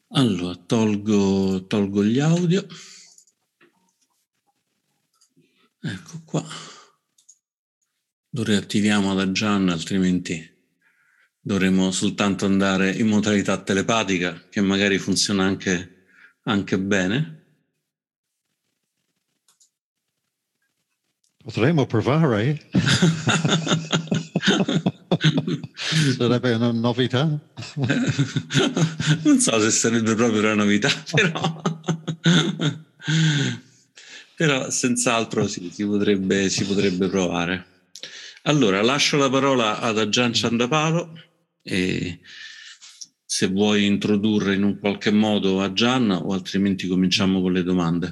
Allora, tolgo gli audio. Ecco qua. Lo riattiviamo da Gian, altrimenti dovremo soltanto andare in modalità telepatica, che magari funziona anche bene. Potremmo provare. Sarebbe una novità. Non so se sarebbe proprio una novità, però senz'altro sì, si potrebbe provare. Allora, lascio la parola ad Aggian Ciandapalo e se vuoi introdurre in un qualche modo Aggian o altrimenti cominciamo con le domande.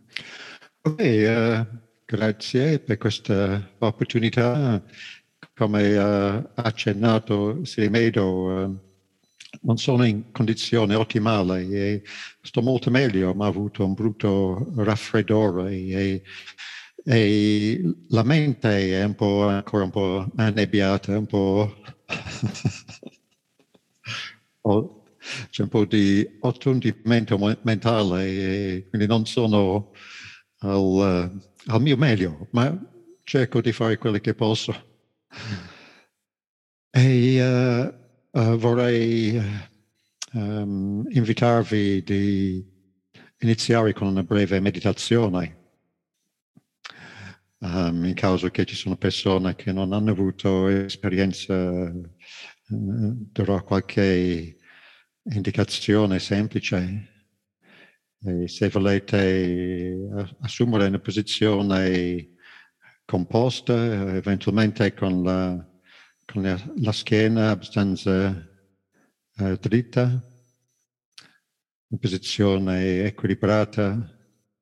Ok, grazie per questa opportunità. Come accennato, Sirimedo, non sono in condizione ottimale e sto molto meglio, ma ho avuto un brutto raffreddore e la mente è ancora un po' annebbiata, un po'... c'è un po' di attondimento mentale e quindi non sono al mio meglio, ma cerco di fare quello che posso. E vorrei invitarvi di iniziare con una breve meditazione. In caso che ci sono persone che non hanno avuto esperienza, darò qualche indicazione semplice. E se volete assumere una posizione composta, eventualmente con la schiena abbastanza dritta, una posizione equilibrata,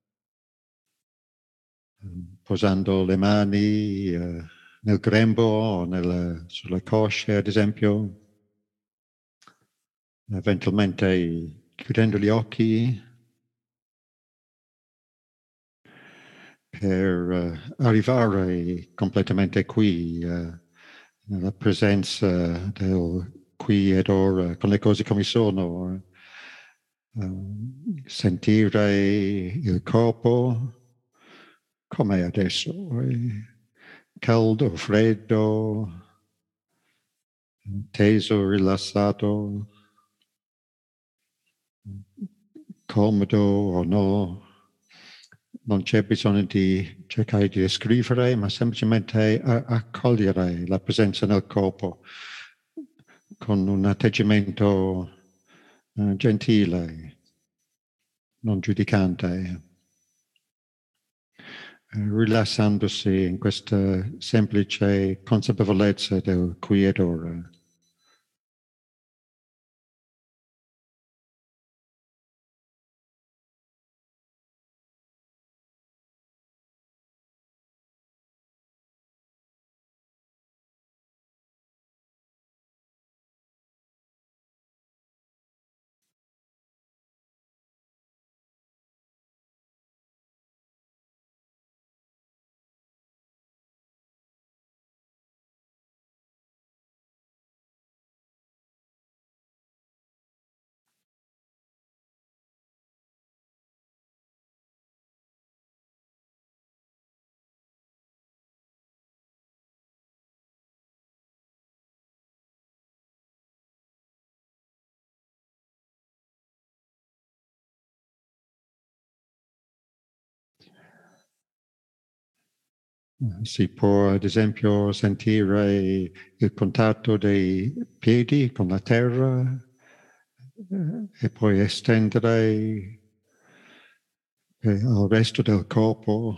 posando le mani nel grembo o sulle cosce, ad esempio, eventualmente chiudendo gli occhi per arrivare completamente qui, nella presenza del qui ed ora, con le cose come sono, sentire il corpo come adesso, caldo, freddo, teso, rilassato, comodo o no. Non c'è bisogno di cercare di descrivere, ma semplicemente accogliere la presenza nel corpo con un atteggiamento gentile, non giudicante, rilassandosi in questa semplice consapevolezza del qui ed ora. Si può ad esempio sentire il contatto dei piedi con la terra e poi estendere al resto del corpo.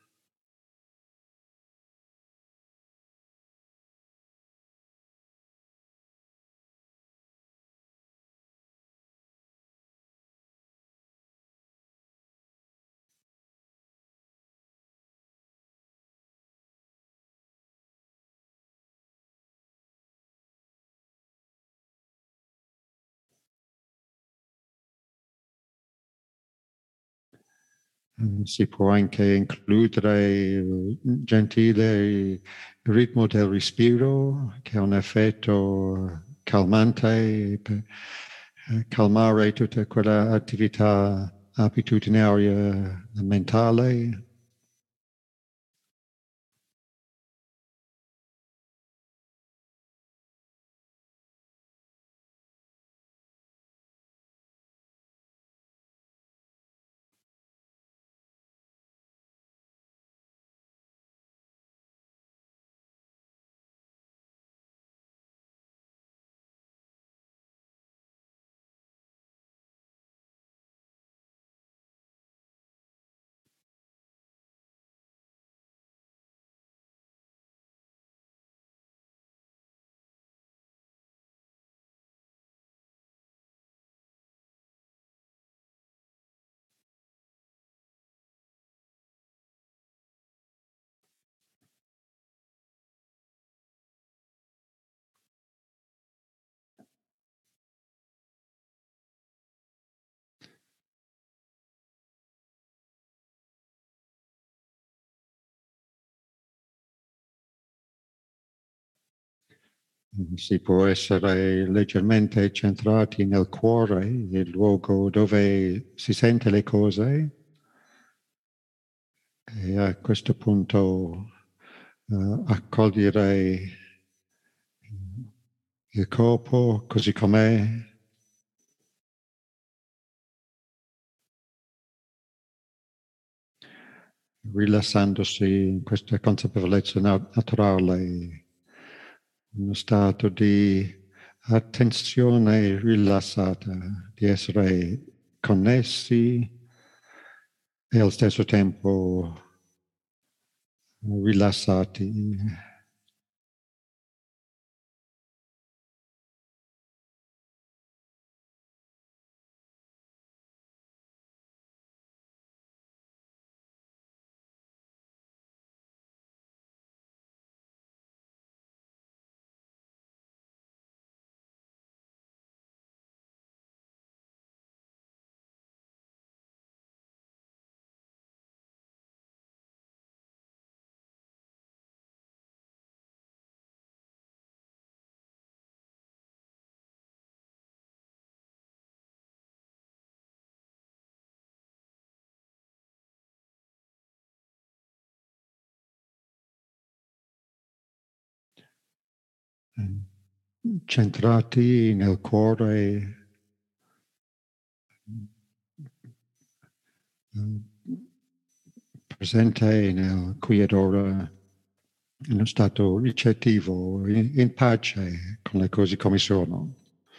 Si può anche includere il gentile ritmo del respiro che ha un effetto calmante calmare tutta quella attività abitudinaria mentale. Si può essere leggermente centrati nel cuore, il luogo dove si sente le cose, e a questo punto accogliere il corpo così com'è, rilassandosi in questa consapevolezza naturale, uno stato di attenzione rilassata, di essere connessi e allo stesso tempo rilassati. Centrati nel cuore, presente nel qui ed ora, in uno stato ricettivo, in pace con le cose come sono.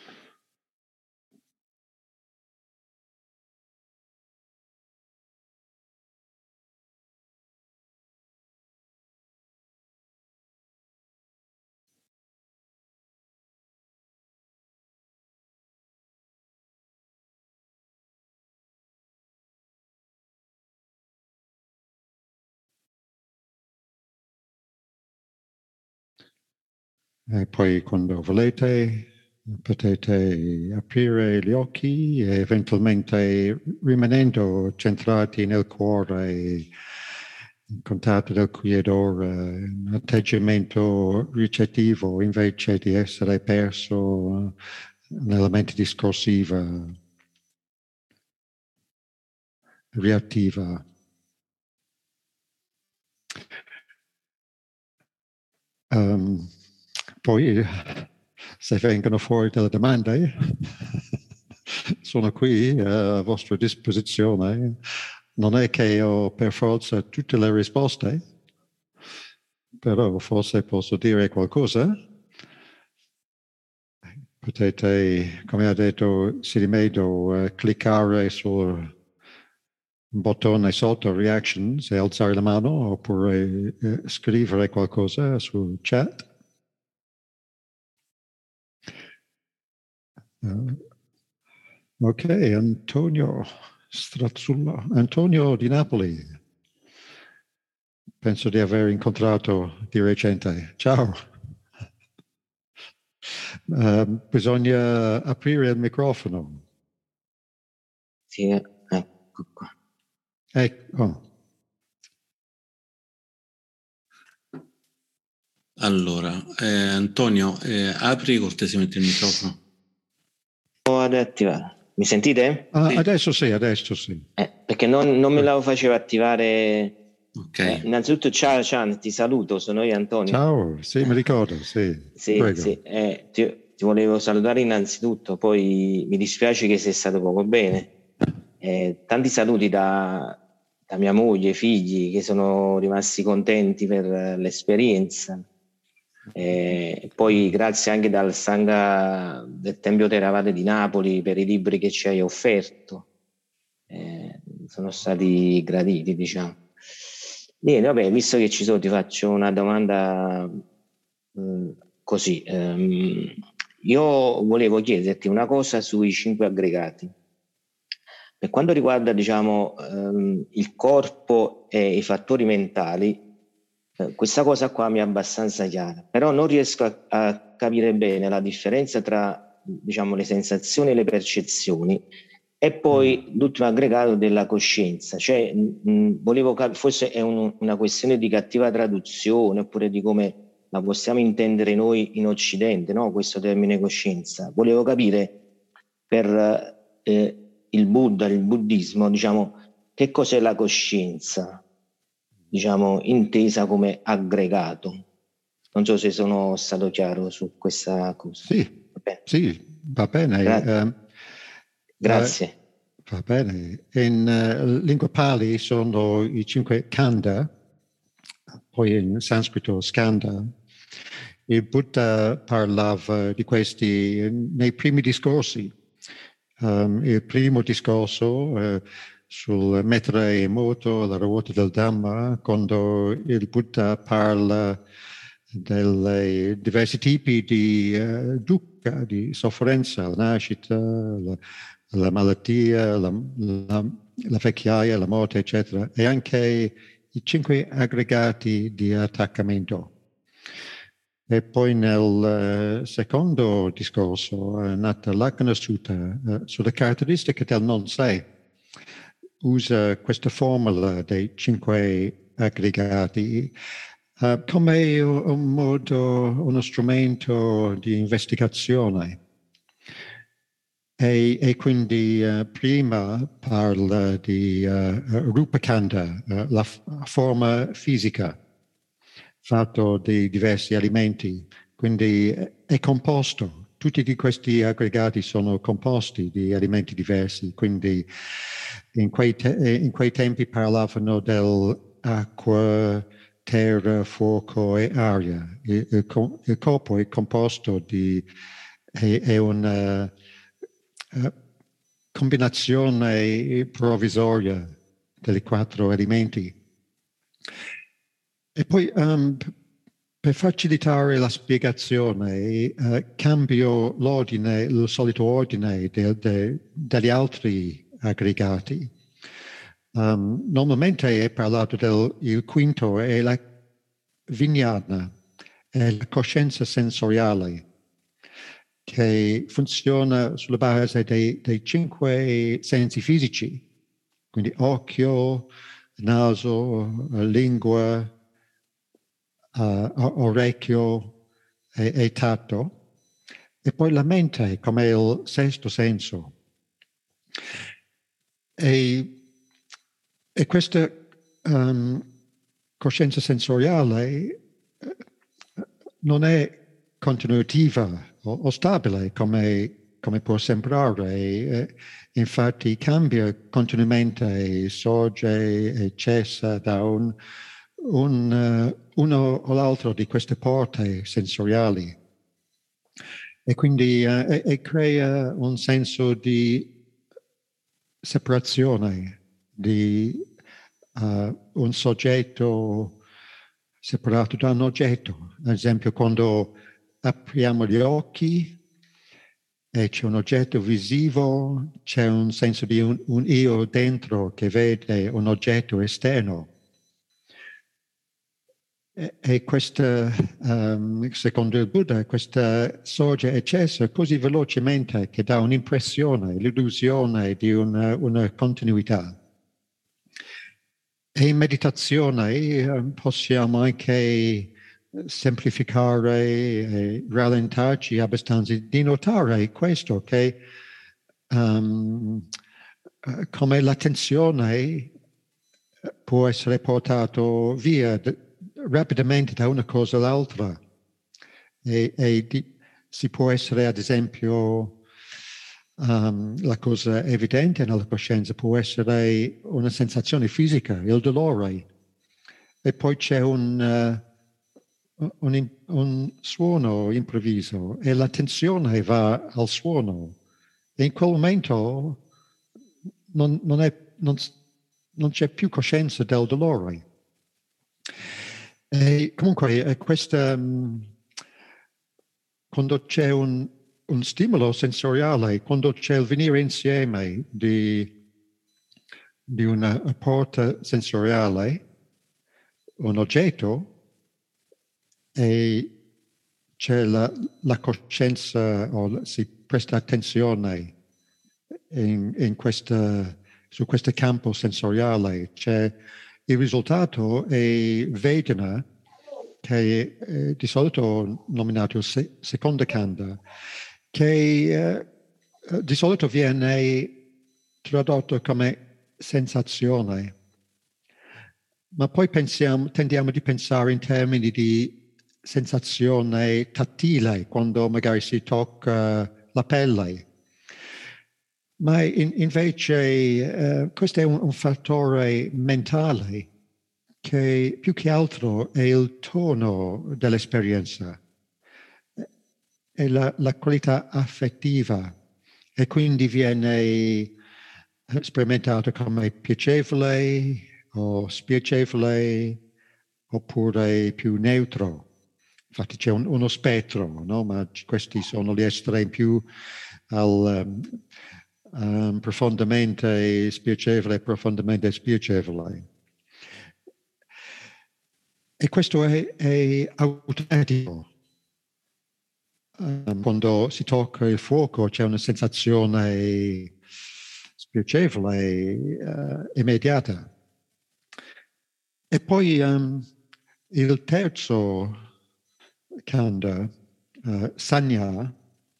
E poi quando volete potete aprire gli occhi e eventualmente rimanendo centrati nel cuore, in contatto del qui ed ora, un atteggiamento ricettivo invece di essere perso nella mente discorsiva, reattiva. Poi, se vengono fuori delle domande, sono qui a vostra disposizione. Non è che ho per forza tutte le risposte, però forse posso dire qualcosa. Potete, come ha detto Sirimedo, cliccare sul bottone sotto reactions e alzare la mano oppure scrivere qualcosa sul chat. Ok, Antonio Strazzulla, Antonio di Napoli. Penso di aver incontrato di recente. Ciao. Bisogna aprire il microfono. Sì, ecco qua. Ecco. Allora, Antonio, apri cortesemente il microfono. ad attivare. Mi sentite? Sì. Adesso sì. Perché non me la facevo attivare. Ok. Innanzitutto ciao Cian, ti saluto, sono io Antonio. Ciao, sì, mi ricordo, sì. Sì, sì. Ti volevo salutare innanzitutto, poi mi dispiace che sei stato poco bene. Tanti saluti da mia moglie, figli, che sono rimasti contenti per l'esperienza. Poi grazie anche dal Sangha del Tempio Theravada di Napoli per i libri che ci hai offerto. Sono stati graditi, diciamo. Bene, vabbè, visto che ci sono, ti faccio una domanda così. Io volevo chiederti una cosa sui 5 aggregati. Per quanto riguarda, diciamo, il corpo e i fattori mentali, questa cosa qua mi è abbastanza chiara, però non riesco a capire bene la differenza tra, diciamo, le sensazioni e le percezioni e poi l'ultimo aggregato della coscienza. Cioè, volevo capire, forse è una questione di cattiva traduzione oppure di come la possiamo intendere noi in Occidente, no? Questo termine coscienza. Volevo capire per il Buddha, il buddismo, diciamo, che cos'è la coscienza, diciamo, intesa come aggregato. Non so se sono stato chiaro su questa cosa. Sì, va bene. Grazie. Va bene. In lingua Pali sono i 5 khandha, poi in sanscrito skandha. Il Buddha parlava di questi nei primi discorsi. Il primo discorso sul mettere in moto la ruota del Dhamma, quando il Buddha parla dei diversi tipi di dukkha, di sofferenza, la nascita, la malattia, la vecchiaia, la morte, eccetera, e anche i 5 aggregati di attaccamento. E poi nel secondo discorso, Nathalakkhana Sutta, sulle caratteristiche del non sé, usa questa formula dei 5 aggregati come un modo, uno strumento di investigazione. E quindi prima parla di Rupa Khandha, la forma fisica, fatto di diversi alimenti, quindi è composto. Tutti di questi aggregati sono composti di alimenti diversi, quindi in quei tempi parlavano dell'acqua, terra, fuoco e aria. Il corpo è composto è una combinazione provvisoria dei 4 elementi. E poi per facilitare la spiegazione cambio l'ordine, il solito ordine degli altri aggregati. Normalmente è parlato il quinto è la vijnana, è la coscienza sensoriale, che funziona sulla base dei 5 sensi fisici, quindi occhio, naso, lingua, orecchio e tatto, e poi la mente come il sesto senso. E questa coscienza sensoriale non è continuativa o stabile come può sembrare. Infatti cambia continuamente, sorge e cessa da uno o l'altro di queste porte sensoriali. E quindi crea un senso di separazione di un soggetto separato da un oggetto. Ad esempio, quando apriamo gli occhi e c'è un oggetto visivo, c'è un senso di un io dentro che vede un oggetto esterno. E questa, secondo il Buddha, questa sorge e cessa così velocemente che dà un'impressione, l'illusione di una continuità. E in meditazione possiamo anche semplificare e rallentarci abbastanza di notare questo, che come l'attenzione può essere portata via rapidamente da una cosa all'altra si può essere, ad esempio, la cosa evidente nella coscienza può essere una sensazione fisica, il dolore, e poi c'è un suono improvviso e l'attenzione va al suono e in quel momento non c'è più coscienza del dolore. E comunque questa, quando c'è un stimolo sensoriale, quando c'è il venire insieme di un apporto sensoriale, un oggetto, e c'è la coscienza o si presta attenzione su questo campo sensoriale, c'è il risultato è Vedana, che è di solito nominato seconda khandha, che di solito viene tradotto come sensazione, ma poi tendiamo di pensare in termini di sensazione tattile, quando magari si tocca la pelle. Ma invece questo è un fattore mentale che più che altro è il tono dell'esperienza, è la qualità affettiva e quindi viene sperimentato come piacevole o spiacevole oppure più neutro. Infatti c'è uno spettro, no? Ma questi sono gli estremi più al profondamente spiacevole e profondamente spiacevole. E questo è automatico. Quando si tocca il fuoco c'è una sensazione spiacevole, immediata. E poi il terzo khandha, sanya,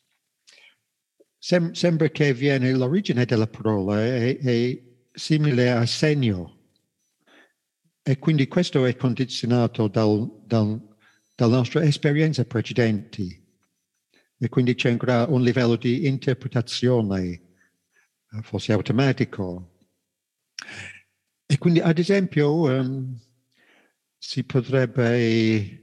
sembra che viene l'origine della parola è simile a segno e quindi questo è condizionato dalle nostre esperienze precedenti e quindi c'è un livello di interpretazione forse automatico e quindi ad esempio si potrebbe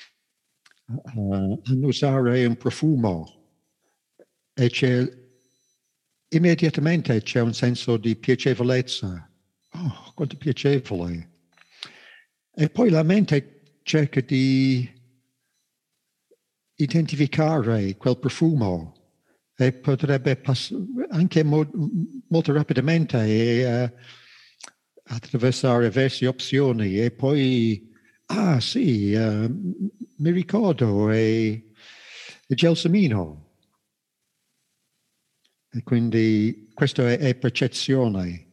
annusare un profumo e immediatamente c'è un senso di piacevolezza. Oh, quanto piacevole. E poi la mente cerca di identificare quel profumo e potrebbe anche molto rapidamente attraversare diverse opzioni e poi, sì, mi ricordo, è gelsomino. E quindi questo è percezione.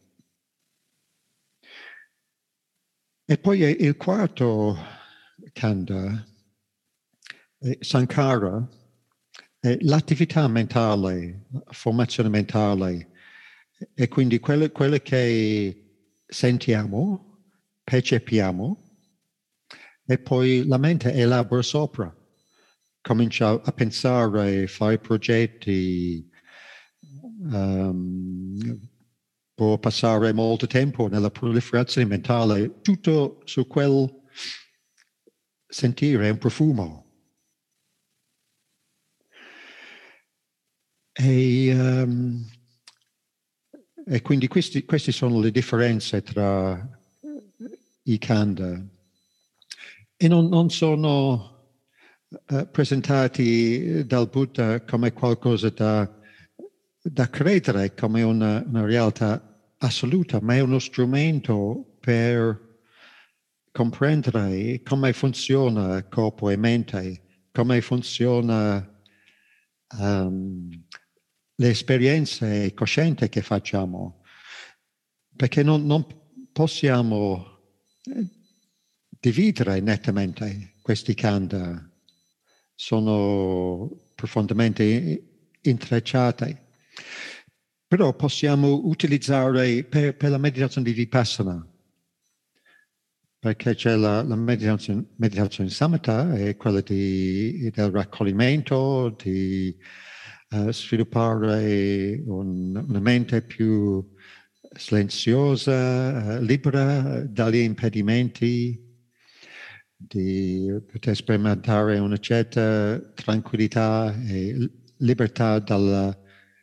E poi il quarto khandha, sankhara, è l'attività mentale, la formazione mentale, e quindi quello che sentiamo, percepiamo, e poi la mente elabora sopra, comincia a pensare, fare progetti, può passare molto tempo nella proliferazione mentale, tutto su quel sentire un profumo. E quindi queste sono le differenze tra i khandha. E non sono presentati dal Buddha come qualcosa da credere, come una realtà assoluta, ma è uno strumento per comprendere come funziona corpo e mente, come funziona le esperienze coscienti che facciamo, perché non possiamo dividere nettamente questi khandha, sono profondamente intrecciati. Però possiamo utilizzare per la meditazione di Vipassana, perché c'è la meditazione samatha, è quella del raccoglimento, di sviluppare una mente più silenziosa, libera dagli impedimenti, di poter sperimentare una certa tranquillità e libertà dalla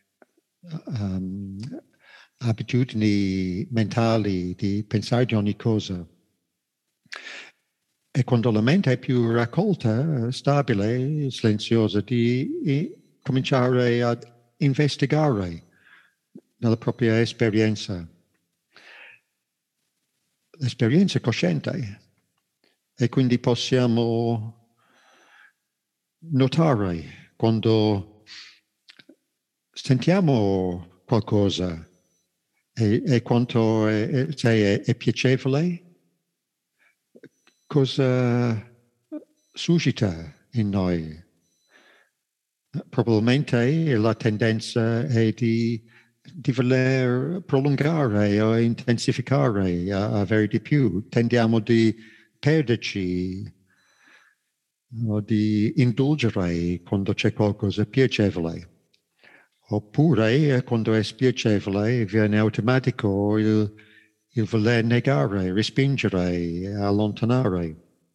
abitudini mentali di pensare di ogni cosa. E quando la mente è più raccolta, stabile, silenziosa, di cominciare ad investigare nella propria esperienza. L'esperienza cosciente. E quindi possiamo notare quando sentiamo qualcosa e quanto è piacevole, cosa suscita in noi. Probabilmente la tendenza è di voler prolungare o intensificare, avere di più. Tendiamo di perderci o di indulgere quando c'è qualcosa piacevole. Oppure quando è spiacevole viene automatico il voler negare, respingere, allontanare.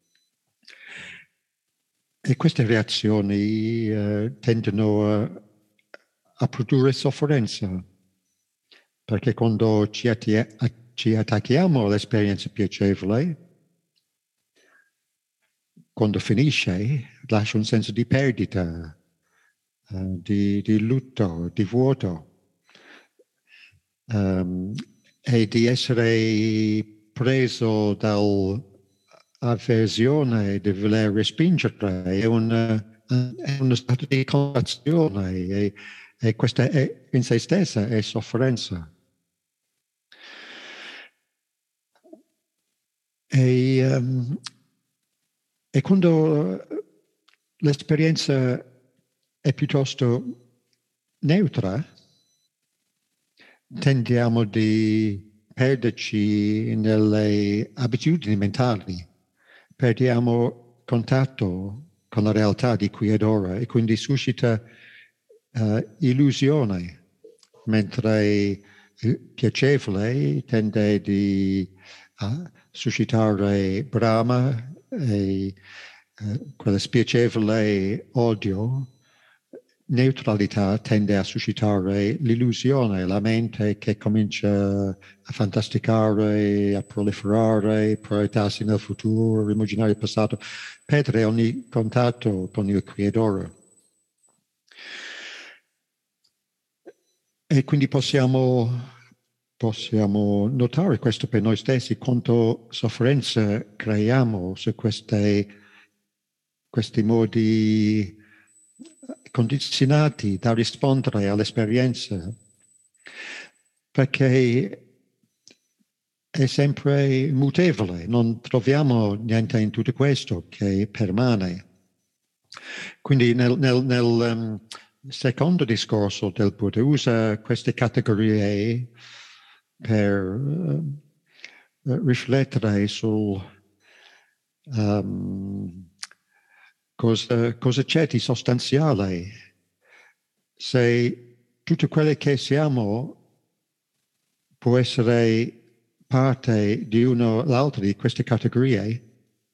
E queste reazioni tendono a produrre sofferenza, perché quando ci attacchiamo all'esperienza piacevole, quando finisce, lascia un senso di perdita, di lutto, di vuoto, e di essere preso dall'avversione, di voler respingere, è uno stato di contrazione e questa in se stessa è sofferenza. E quando l'esperienza è piuttosto neutra, tendiamo di perderci nelle abitudini mentali, perdiamo contatto con la realtà di qui ed ora e quindi suscita illusione, mentre il piacevole tende di suscitare brama e quella spiacevole odio. Neutralità tende a suscitare l'illusione, la mente che comincia a fantasticare, a proliferare, proiettarsi nel futuro, immaginare il passato, perdere ogni contatto con il qui ed ora. E quindi possiamo notare questo per noi stessi, quanto sofferenza creiamo su questi modi condizionati da rispondere all'esperienza, perché è sempre mutevole, non troviamo niente in tutto questo che permane. Quindi nel secondo discorso del Buddha usa queste categorie per riflettere sul cosa c'è di sostanziale. Se tutto quello che siamo può essere parte di una o l'altra di queste categorie,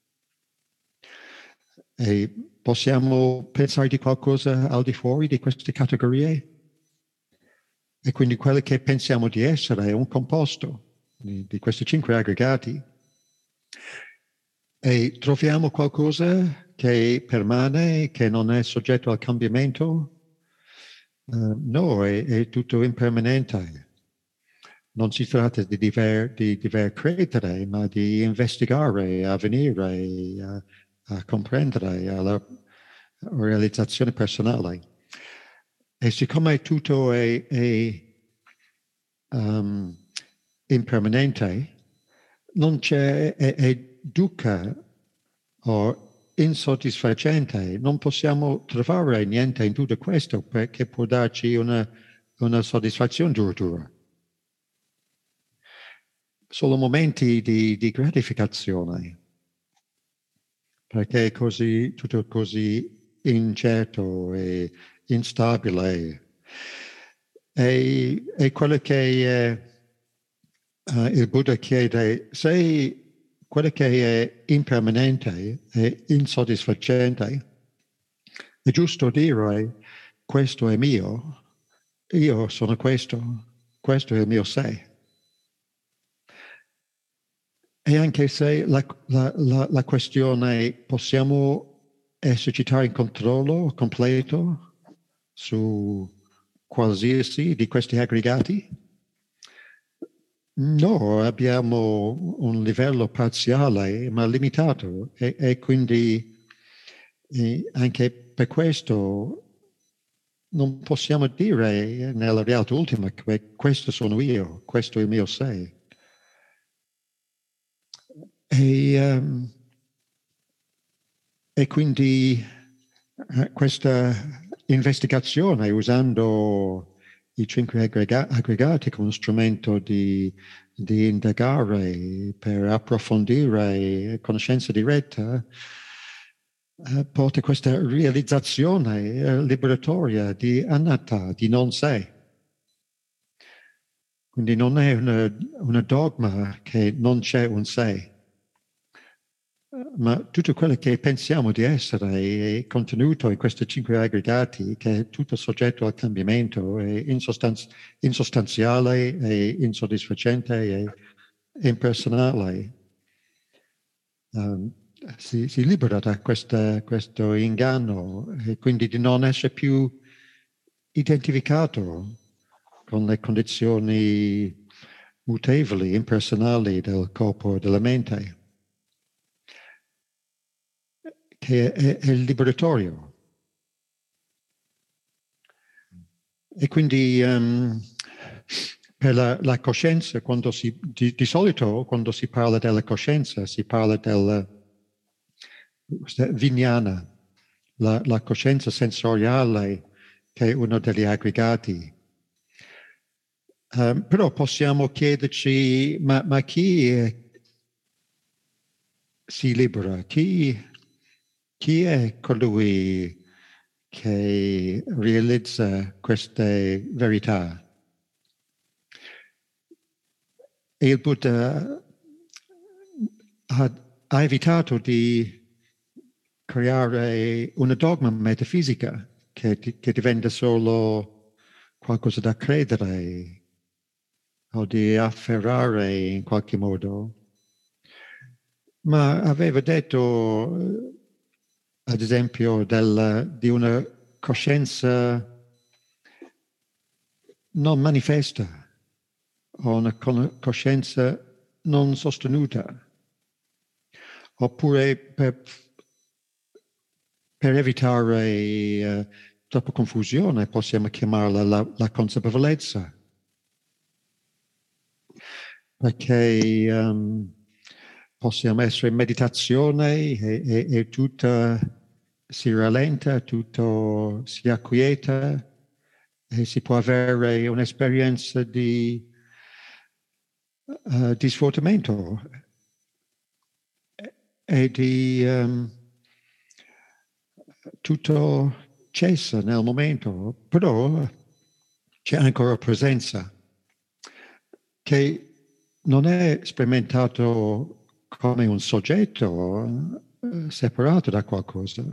e possiamo pensare di qualcosa al di fuori di queste categorie? E quindi quello che pensiamo di essere è un composto di questi 5 aggregati. E troviamo qualcosa che permane, che non è soggetto al cambiamento? No, è tutto impermanente. Non si tratta di dover credere, ma di investigare, a venire, a comprendere, alla realizzazione personale. E siccome tutto è impermanente, non c'è, è dukkha o insoddisfacente, non possiamo trovare niente in tutto questo perché può darci una una soddisfazione duratura. Solo momenti di gratificazione, perché è così, tutto così incerto e instabile. E quello che il Buddha chiede, se quello che è impermanente e insoddisfacente, è giusto dire questo è mio, io sono questo è il mio sé. E anche se la questione possiamo esercitare il controllo completo su qualsiasi di questi aggregati, no, abbiamo un livello parziale ma limitato e quindi anche per questo non possiamo dire nella realtà ultima che questo sono io, questo è il mio sé. E quindi questa investigazione usando i 5 aggregati come strumento di indagare per approfondire conoscenza diretta porta a questa realizzazione liberatoria di anatta, di non sé. Quindi non è una dogma che non c'è un sé, ma tutto quello che pensiamo di essere è contenuto in questi 5 aggregati, che è tutto soggetto al cambiamento, è insostanziale, è insoddisfacente, è impersonale. Si libera da questo inganno e quindi di non essere più identificato con le condizioni mutevoli, impersonali del corpo e della mente, che è liberatorio. E quindi per la coscienza, di solito quando si parla della coscienza, si parla della vijnana, la coscienza sensoriale, che è uno degli aggregati. Però possiamo chiederci, ma chi si libera? Chi è colui che realizza queste verità? E il Buddha ha evitato di creare una dogma metafisica che diventa solo qualcosa da credere o di afferrare in qualche modo. Ma aveva detto, ad esempio, di una coscienza non manifesta o una coscienza non sostenuta. Oppure per evitare troppa confusione possiamo chiamarla la consapevolezza. Perché possiamo essere in meditazione e tutto si rallenta, tutto si acquieta e si può avere un'esperienza di svuotamento e di tutto cessa nel momento, però c'è ancora presenza che non è sperimentato come un soggetto separato da qualcosa.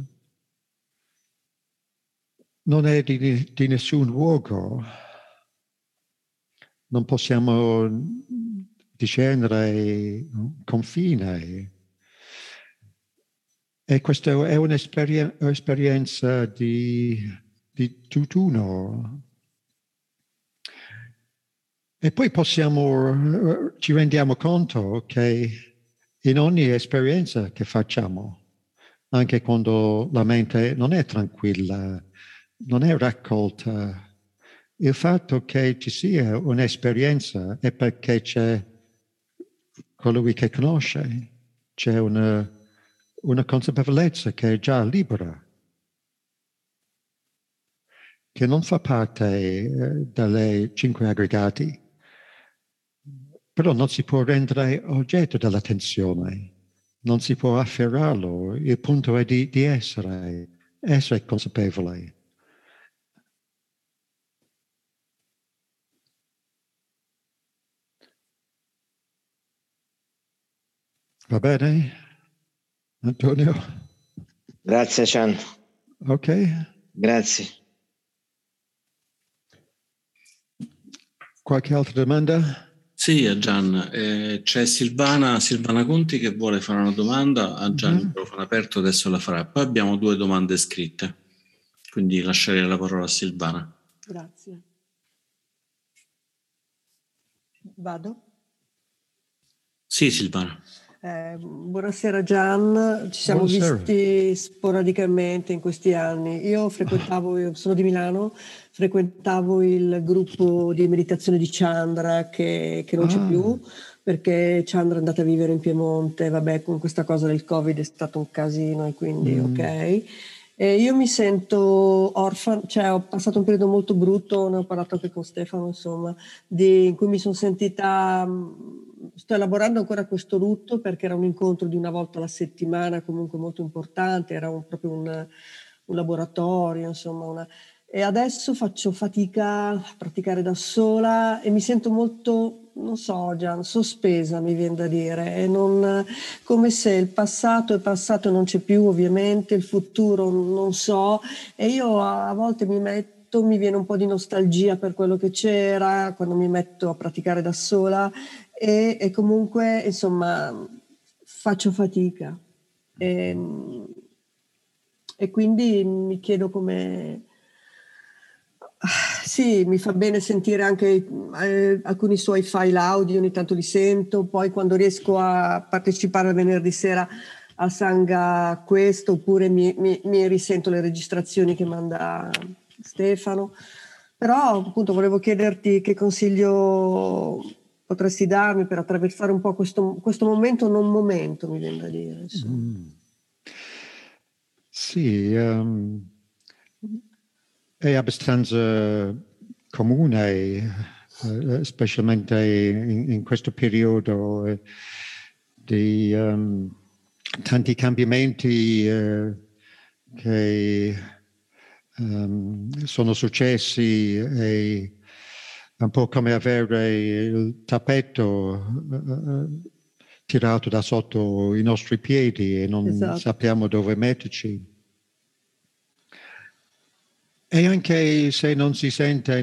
Non è di nessun luogo. Non possiamo discernere un confine. E questa è un'esperienza di tutt'uno. E poi ci rendiamo conto che in ogni esperienza che facciamo, anche quando la mente non è tranquilla, non è raccolta, il fatto che ci sia un'esperienza è perché c'è colui che conosce, c'è una consapevolezza che è già libera, che non fa parte delle 5 aggregati, però non si può rendere oggetto dell'attenzione, non si può afferrarlo. Il punto è di essere consapevole. Va bene, Antonio? Grazie, Chan. Ok. Grazie. Qualche altra domanda? Sì, a Gian. C'è Silvana Conti che vuole fare una domanda. A Gian il microfono aperto, adesso la farà. Poi abbiamo 2 domande scritte, quindi lascerei la parola a Silvana. Grazie. Vado? Sì, Silvana. Buonasera Gian, ci siamo visti sporadicamente in questi anni. Io sono di Milano, frequentavo il gruppo di meditazione di Chandra che non c'è più, perché Chandra è andata a vivere in Piemonte, vabbè, con questa cosa del Covid è stato un casino e quindi ok. E io mi sento orfana, cioè ho passato un periodo molto brutto, ne ho parlato anche con Stefano, insomma, in cui mi sono sentita, sto elaborando ancora questo lutto perché era un incontro di una volta alla settimana, comunque molto importante, era proprio un laboratorio, insomma, e adesso faccio fatica a praticare da sola e mi sento molto, non so, Gian, sospesa, mi viene da dire, e non, come se il passato è passato e non c'è più, ovviamente, il futuro non so, e io a volte mi viene un po' di nostalgia per quello che c'era quando mi metto a praticare da sola e comunque, insomma, faccio fatica. E quindi mi chiedo come... Sì, mi fa bene sentire anche alcuni suoi file audio, ogni tanto li sento, poi quando riesco a partecipare al venerdì sera a Sangha questo, oppure mi risento le registrazioni che manda Stefano. Però appunto volevo chiederti che consiglio potresti darmi per attraversare un po' questo momento, non momento, mi viene da dire. Sì, è abbastanza comune, specialmente in questo periodo di tanti cambiamenti che sono successi, e un po' come avere il tappeto tirato da sotto i nostri piedi e non sappiamo dove metterci. E anche se non si sente,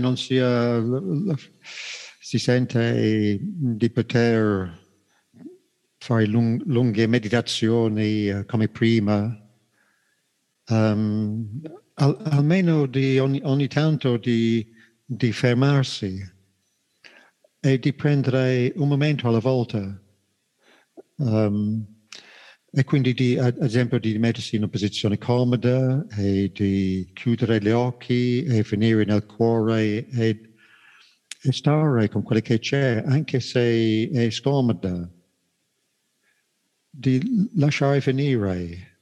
si sente di poter fare lunghe meditazioni come prima, almeno ogni tanto di fermarsi e di prendere un momento alla volta. E quindi ad esempio di mettersi in una posizione comoda e di chiudere gli occhi e venire nel cuore e stare con quello che c'è, anche se è scomoda, di lasciare venire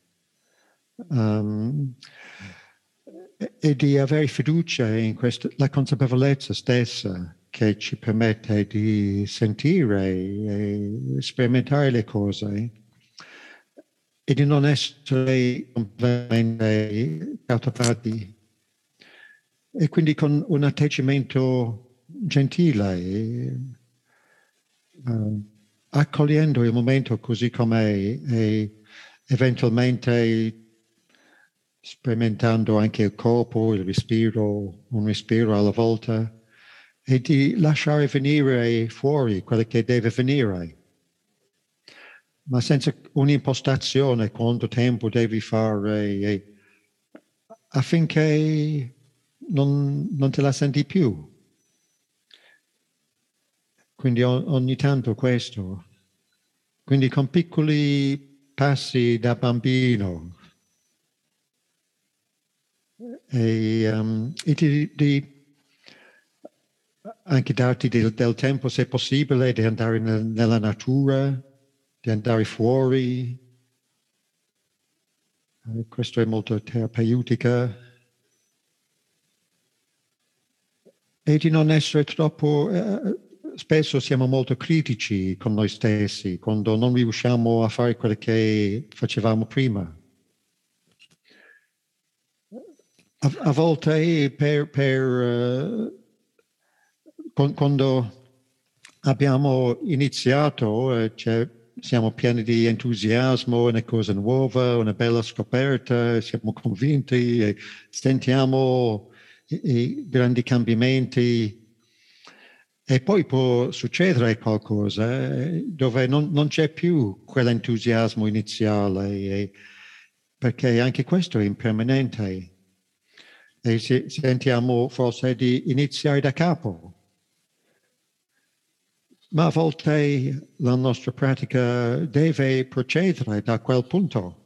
e di avere fiducia in la consapevolezza stessa che ci permette di sentire e sperimentare le cose e di non essere completamente cautelati. E quindi con un atteggiamento gentile, accogliendo il momento così com'è e eventualmente sperimentando anche il corpo, il respiro, un respiro alla volta, e di lasciare venire fuori quello che deve venire, ma senza un'impostazione quanto tempo devi fare, affinché non te la senti più. Quindi ogni tanto questo. Quindi con piccoli passi da bambino e anche darti del tempo, se possibile, di andare nella natura, di andare fuori. Questo è molto terapeutica. e di non essere troppo... spesso siamo molto critici con noi stessi quando non riusciamo a fare quello che facevamo prima. A volte quando abbiamo iniziato siamo pieni di entusiasmo, una cosa nuova, una bella scoperta, siamo convinti e sentiamo i grandi cambiamenti. E poi può succedere qualcosa dove non c'è più quell'entusiasmo iniziale, perché anche questo è impermanente. E sentiamo forse di iniziare da capo. Ma a volte la nostra pratica deve procedere da quel punto.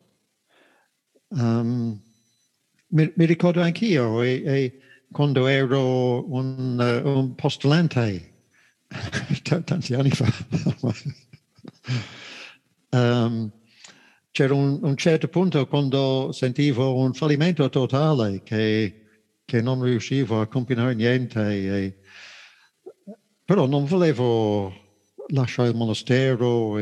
Mi ricordo anch'io, quando ero un postulante, tanti anni fa, c'era un certo punto quando sentivo un fallimento totale, che non riuscivo a combinare niente, però non volevo lasciare il monastero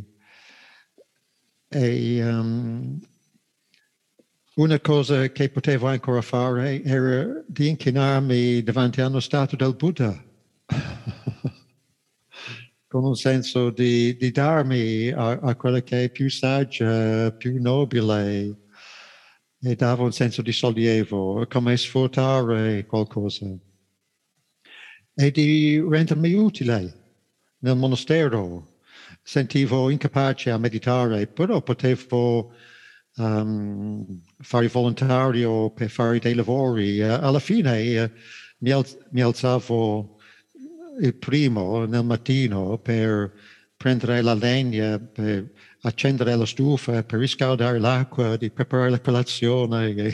una cosa che potevo ancora fare era di inchinarmi davanti allo stato del Buddha, con un senso di darmi a quello che è più saggia, più nobile, e dava un senso di sollievo, come sfruttare qualcosa, e di rendermi utile nel monastero. Sentivo incapace a meditare, però potevo fare volontario per fare dei lavori. Alla fine mi alzavo il primo nel mattino per prendere la legna, per accendere la stufa, per riscaldare l'acqua, di preparare la colazione.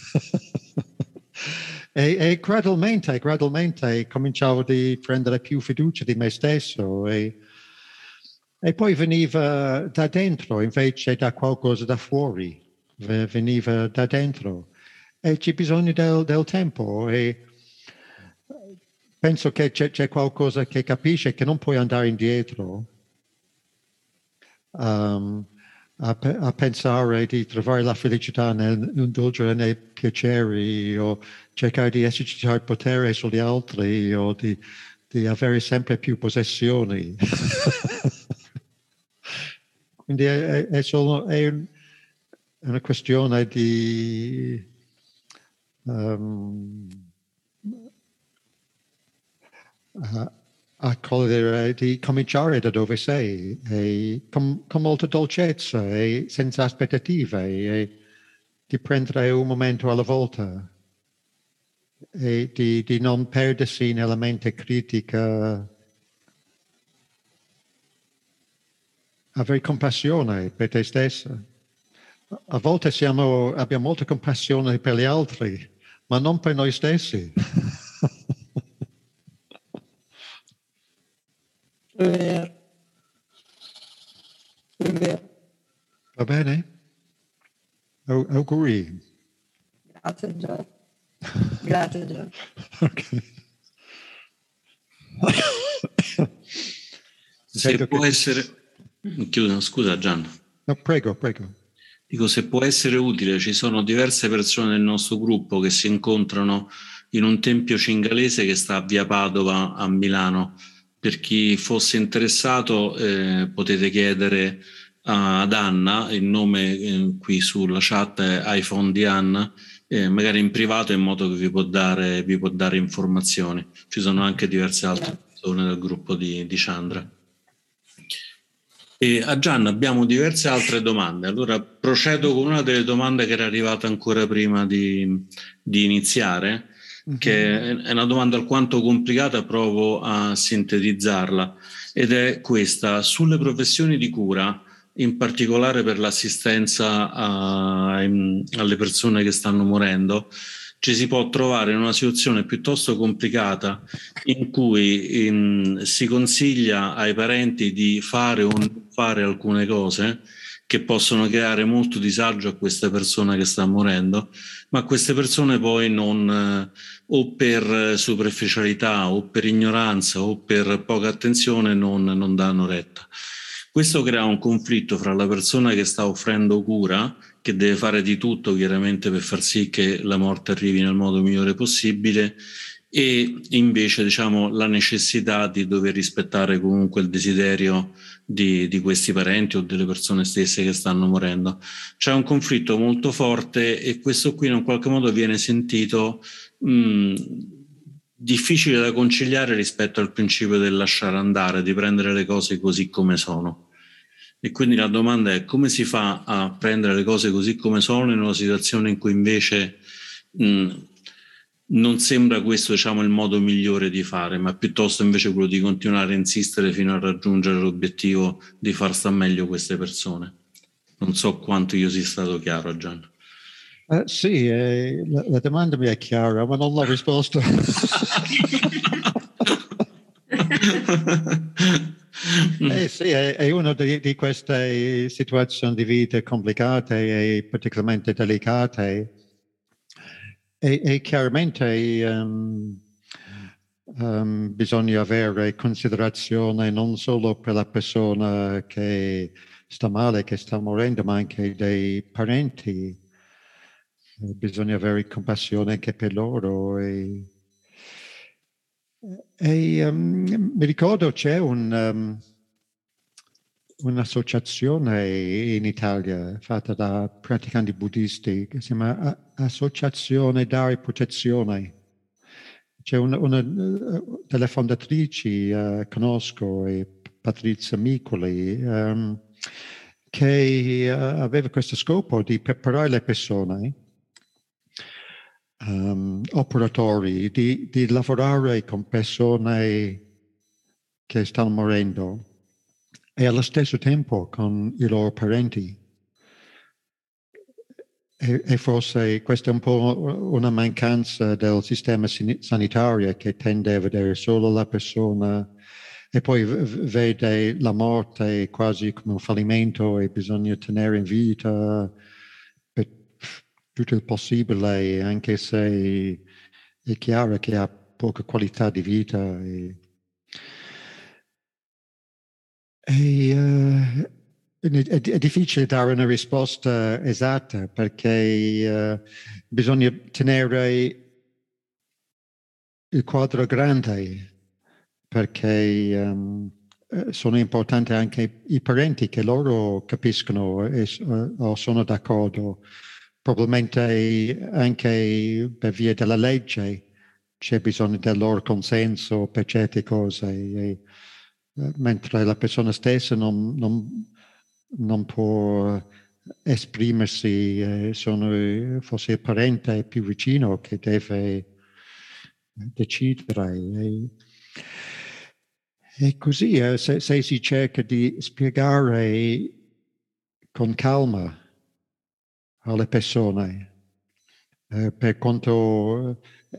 E gradualmente cominciavo a prendere più fiducia di me stesso e poi veniva da dentro invece da qualcosa da fuori, veniva da dentro. E c'è bisogno del tempo e penso che c'è qualcosa che capisce che non puoi andare indietro a pensare di trovare la felicità nell'indulgere nei piaceri o cercare di esercitare potere sugli altri o di avere sempre più possessioni. Quindi è solo una questione di accogliere, di cominciare da dove sei e con molta dolcezza e senza aspettative e di prendere un momento alla volta e di non perdersi nella mente critica. Avere compassione per te stessa. A volte abbiamo molta compassione per gli altri, ma non per noi stessi. È vero. È vero. Va bene? Auguri. Grazie Gian. Grazie Gian. Ok. Se può essere... Chiudo, scusa Gian. No, prego. Dico, se può essere utile, ci sono diverse persone nel nostro gruppo che si incontrano in un tempio cingalese che sta a Via Padova a Milano. Per chi fosse interessato potete chiedere ad Anna, il nome qui sulla chat è iPhone di Anna, magari in privato in modo che vi può dare informazioni. Ci sono anche diverse altre persone del gruppo di Chandra. E a Gian abbiamo diverse altre domande. Allora procedo con una delle domande che era arrivata ancora prima di iniziare, che è una domanda alquanto complicata, provo a sintetizzarla, ed è questa: sulle professioni di cura, in particolare per l'assistenza alle persone che stanno morendo, ci si può trovare in una situazione piuttosto complicata in cui si consiglia ai parenti di fare o non fare alcune cose che possono creare molto disagio a questa persona che sta morendo, ma queste persone poi non, o per superficialità o per ignoranza o per poca attenzione non danno retta. Questo crea un conflitto fra la persona che sta offrendo cura, che deve fare di tutto chiaramente per far sì che la morte arrivi nel modo migliore possibile, e invece diciamo la necessità di dover rispettare comunque il desiderio di questi parenti o delle persone stesse che stanno morendo. C'è un conflitto molto forte e questo qui in un qualche modo viene sentito difficile da conciliare rispetto al principio del lasciare andare, di prendere le cose così come sono. E quindi la domanda è: come si fa a prendere le cose così come sono in una situazione in cui invece non sembra questo, diciamo, il modo migliore di fare, ma piuttosto invece quello di continuare a insistere fino a raggiungere l'obiettivo di far sta meglio queste persone. Non so quanto io sia stato chiaro, Gian. Sì, la domanda mi è chiara, ma non la risposta. Sì, è una di queste situazioni di vita complicate e particolarmente delicate. E chiaramente bisogna avere considerazione non solo per la persona che sta male, che sta morendo, ma anche dei parenti. Bisogna avere compassione anche per loro. Mi ricordo c'è un'associazione in Italia fatta da praticanti buddisti che si chiama Associazione Dare Protezione. C'è una delle fondatrici, conosco, Patrizia Micoli, che aveva questo scopo di preparare le persone, operatori, di lavorare con persone che stanno morendo e allo stesso tempo con i loro parenti. E forse questa è un po' una mancanza del sistema sanitario, che tende a vedere solo la persona e poi vede la morte quasi come un fallimento e bisogna tenere in vita per tutto il possibile, anche se è chiaro che ha poca qualità di vita. È difficile dare una risposta esatta perché bisogna tenere il quadro grande, perché sono importanti anche i parenti, che loro capiscono o sono d'accordo. Probabilmente anche per via della legge c'è bisogno del loro consenso per certe cose. Mentre la persona stessa non può esprimersi, sono forse il parente più vicino che deve decidere. E così se si cerca di spiegare con calma alle persone per quanto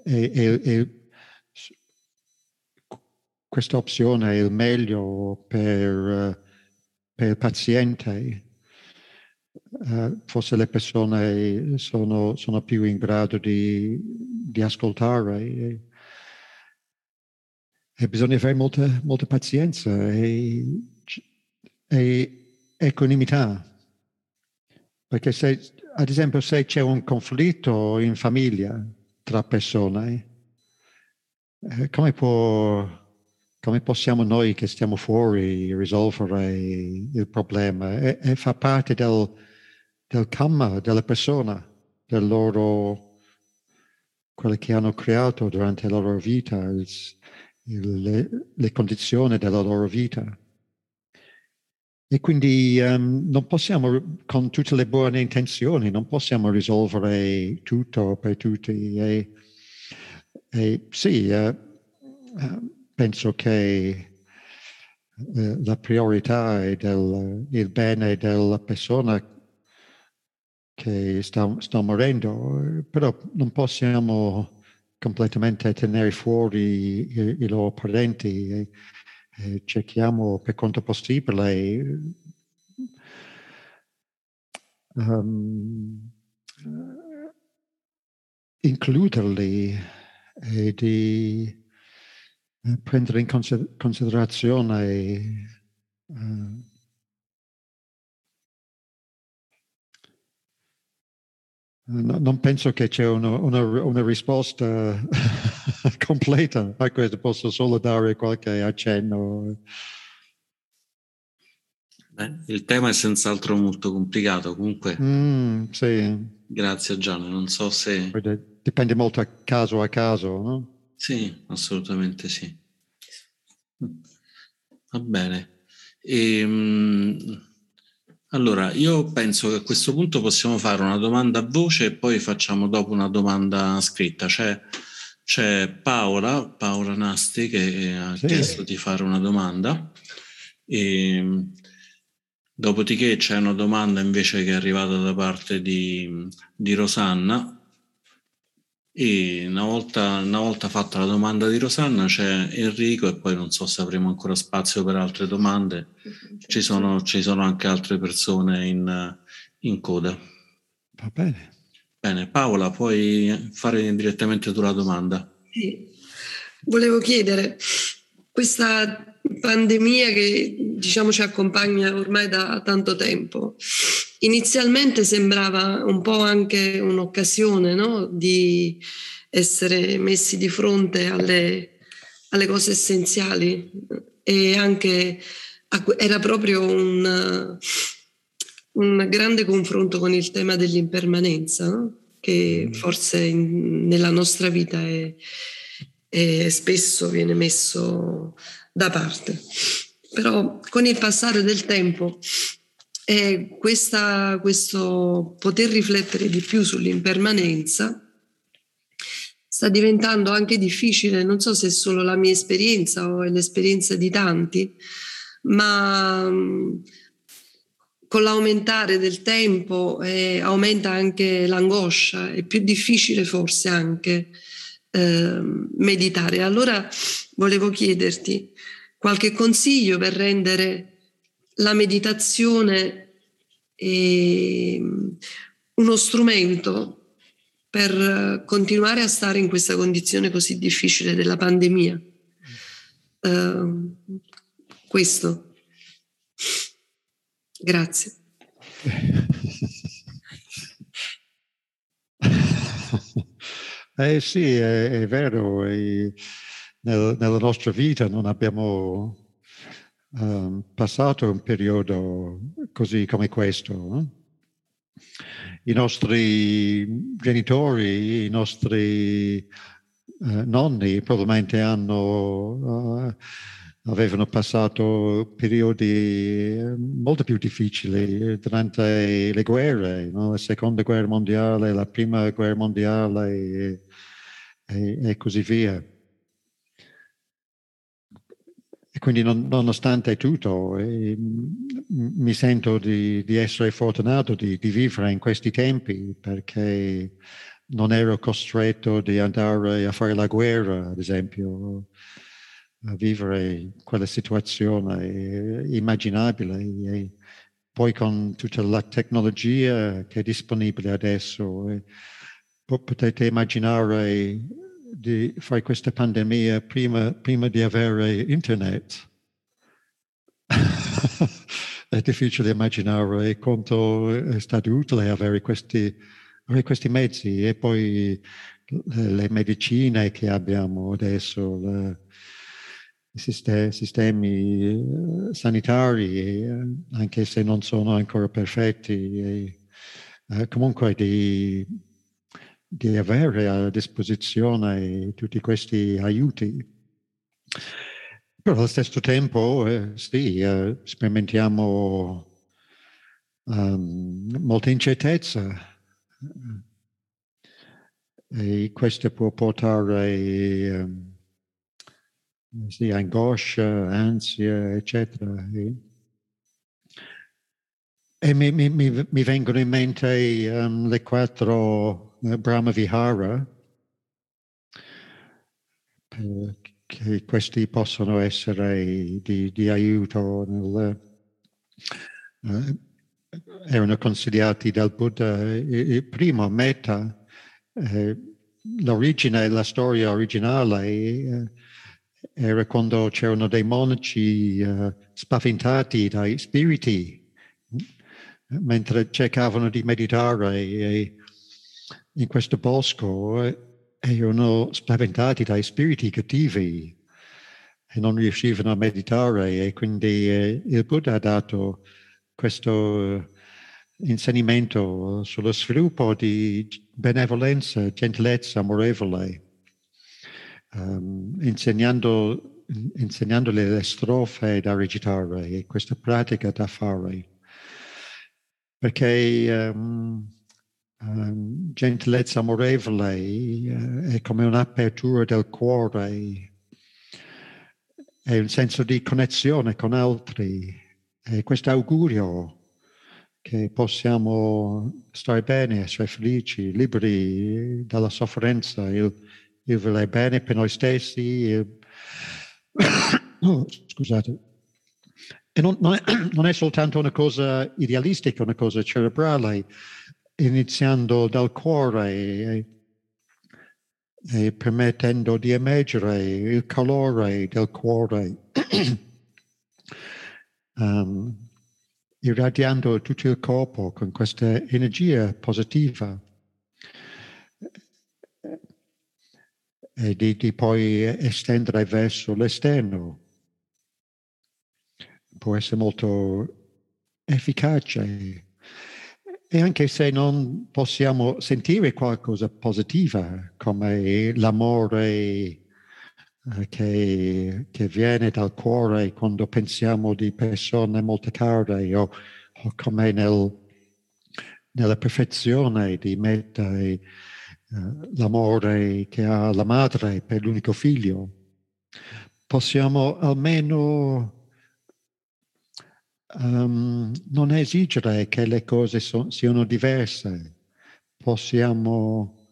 questa opzione è il meglio per il paziente, forse le persone sono più in grado di ascoltare e bisogna avere molta pazienza e equanimità, perché ad esempio se c'è un conflitto in famiglia tra persone, come possiamo noi che stiamo fuori risolvere il problema? E fa parte del karma della persona, quello che hanno creato durante la loro vita, le condizioni della loro vita. E quindi non possiamo, con tutte le buone intenzioni, non possiamo risolvere tutto per tutti. E sì, penso che la priorità è il bene della persona che sta morendo, però non possiamo completamente tenere fuori i loro parenti e cerchiamo per quanto possibile includerli e di prendere in considerazione non penso che c'è una risposta completa a questo, posso solo dare qualche accenno. Il tema è senz'altro molto complicato, comunque. Sì. Grazie Gianni, non so se... Dipende molto a caso, no? Sì, assolutamente sì. Va bene. Allora, io penso che a questo punto possiamo fare una domanda a voce e poi facciamo dopo una domanda scritta. C'è Paola Nasti che ha chiesto di fare una domanda. Dopodiché c'è una domanda invece che è arrivata da parte di Rosanna. E una volta fatta la domanda di Rosanna c'è Enrico e poi non so se avremo ancora spazio per altre domande. Ci sono anche altre persone in coda. Va bene. Bene, Paola, puoi fare direttamente tu la domanda. Sì. Volevo chiedere, questa pandemia che diciamo ci accompagna ormai da tanto tempo, inizialmente sembrava un po' anche un'occasione, no? Di essere messi di fronte alle cose essenziali e anche era proprio un grande confronto con il tema dell'impermanenza, no? Che forse nella nostra vita spesso viene messo da parte. Però con il passare del tempo questo poter riflettere di più sull'impermanenza sta diventando anche difficile, non so se è solo la mia esperienza o è l'esperienza di tanti, ma con l'aumentare del tempo aumenta anche l'angoscia, è più difficile forse anche meditare. Allora volevo chiederti qualche consiglio per rendere la meditazione uno strumento per continuare a stare in questa condizione così difficile della pandemia. Questo. Grazie. Sì, è vero. Nella nostra vita non abbiamo passato un periodo così come questo. No? I nostri genitori, i nostri nonni probabilmente avevano passato periodi molto più difficili durante le guerre, no? La seconda guerra mondiale, la prima guerra mondiale e così via. E quindi nonostante tutto mi sento di essere fortunato di vivere in questi tempi perché non ero costretto di andare a fare la guerra, ad esempio, a vivere quella situazione immaginabile. E poi con tutta la tecnologia che è disponibile adesso, potete immaginare di fare questa pandemia prima di avere internet. È difficile immaginare quanto è stato utile avere questi mezzi e poi le medicine che abbiamo adesso, i sistemi sanitari, anche se non sono ancora perfetti, comunque di avere a disposizione tutti questi aiuti. Però allo stesso tempo, sì, sperimentiamo molta incertezza e questo può portare sì, angoscia, ansia, eccetera. E mi vengono in mente le 4 Brahma Vihara, che questi possono essere di aiuto erano consigliati dal Buddha. Il primo metta, l'origine, la storia originale era quando c'erano dei monaci spaventati dai spiriti mentre cercavano di meditare in questo bosco, erano spaventati dai spiriti cattivi e non riuscivano a meditare, e quindi il Buddha ha dato questo insegnamento sullo sviluppo di benevolenza, gentilezza amorevole, insegnandole le strofe da recitare e questa pratica da fare. Perché gentilezza amorevole è come un'apertura del cuore, è un senso di connessione con altri, è questo augurio che possiamo stare bene, essere felici, liberi dalla sofferenza, il voler bene per noi stessi. Scusate. E non è soltanto una cosa idealistica, una cosa cerebrale, iniziando dal cuore e permettendo di emergere il calore del cuore, irradiando tutto il corpo con questa energia positiva e di poi estendere verso l'esterno. Può essere molto efficace. E anche se non possiamo sentire qualcosa positiva come l'amore che viene dal cuore quando pensiamo di persone molto care, o come nella perfezione di mettere l'amore che ha la madre per l'unico figlio, possiamo almeno non esigere che le cose siano diverse. Possiamo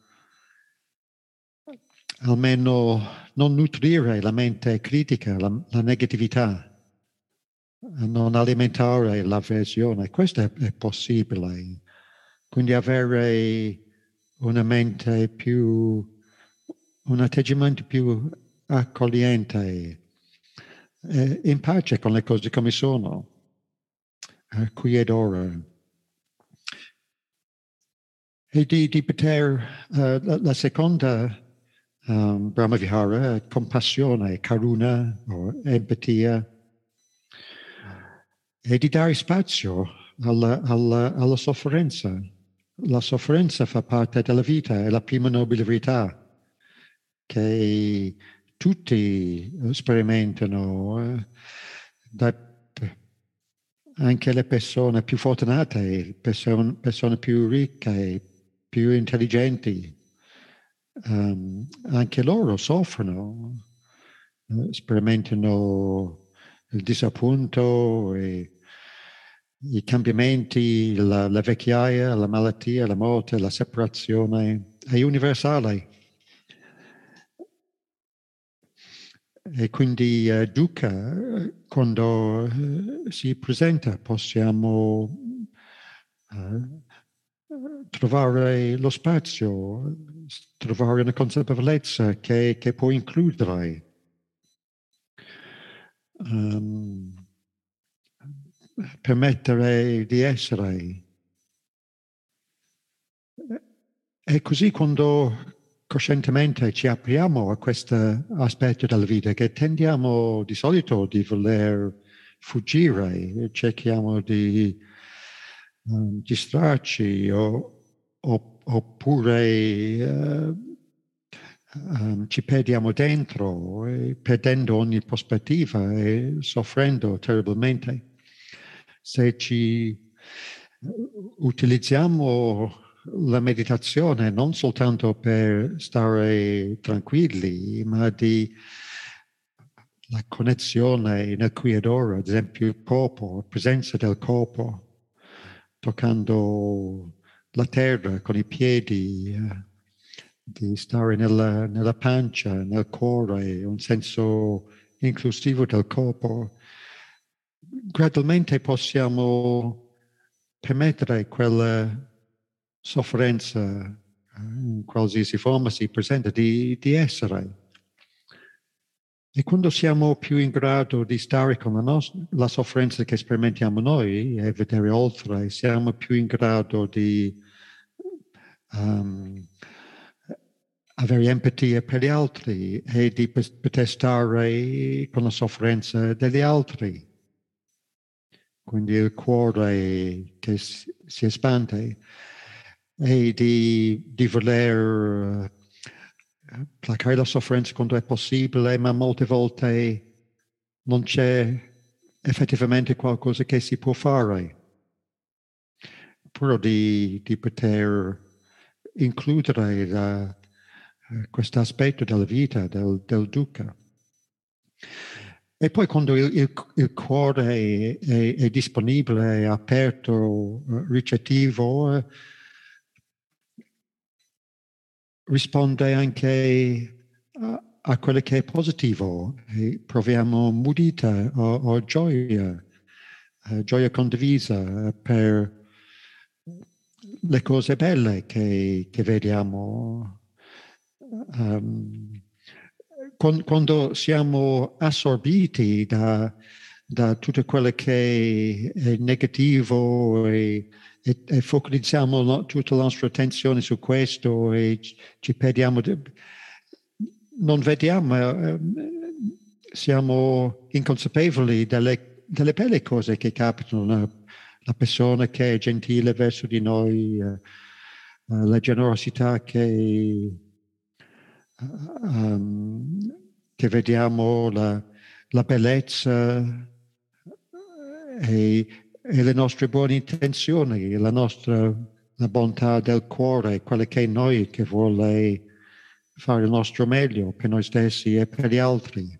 almeno non nutrire la mente critica, la negatività, non alimentare l'avversione. Questo è possibile. Quindi avere una mente un atteggiamento più accogliente, in pace con le cose come sono. Qui ed ora, e di poter, la seconda Brahmavihara, compassione, karuna o empatia, e di dare spazio alla sofferenza. La sofferenza fa parte della vita, è la prima nobile verità che tutti sperimentano, anche le persone più fortunate, persone più ricche, più intelligenti, anche loro soffrono, sperimentano il disappunto, e i cambiamenti, la vecchiaia, la malattia, la morte, la separazione, è universale. E quindi dukkha, quando si presenta, possiamo trovare lo spazio, trovare una consapevolezza che può includere permettere di essere. E così quando coscientemente ci apriamo a questo aspetto della vita che tendiamo di solito di voler fuggire, cerchiamo di distrarci oppure ci perdiamo dentro, perdendo ogni prospettiva e soffrendo terribilmente. Se ci utilizziamo la meditazione non soltanto per stare tranquilli, ma la connessione nel qui ed ora, ad esempio il corpo, la presenza del corpo, toccando la terra con i piedi, di stare nella pancia, nel cuore, un senso inclusivo del corpo. Gradualmente possiamo permettere quella sofferenza, in qualsiasi forma si presenta, di essere. E quando siamo più in grado di stare con la sofferenza che sperimentiamo noi e vedere oltre, siamo più in grado di avere empatia per gli altri e di poter stare con la sofferenza degli altri. Quindi il cuore che si espande e di voler placare la sofferenza quando è possibile, ma molte volte non c'è effettivamente qualcosa che si può fare. Però di poter includere questo aspetto della vita, del dukkha. E poi quando il cuore è disponibile, è aperto, ricettivo, risponde anche a quello che è positivo. E proviamo mudita o gioia condivisa per le cose belle che vediamo. Quando siamo assorbiti da tutto quello che è negativo e focalizziamo tutta la nostra attenzione su questo e ci perdiamo, non vediamo, siamo inconsapevoli delle belle cose che capitano, la persona che è gentile verso di noi, la generosità che vediamo, la bellezza e le nostre buone intenzioni, la bontà del cuore, quella che è noi che vuole fare il nostro meglio per noi stessi e per gli altri.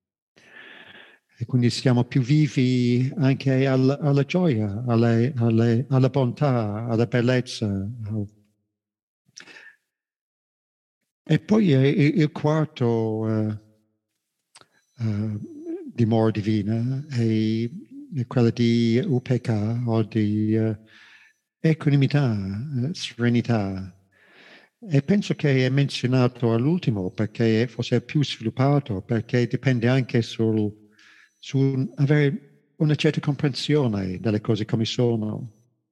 E quindi siamo più vivi anche alla gioia, alla bontà, alla bellezza. E poi il quarto dimora divina è quella di upekkha o di equanimità, serenità. E penso che è menzionato all'ultimo perché forse è più sviluppato, perché dipende anche su avere una certa comprensione delle cose come sono,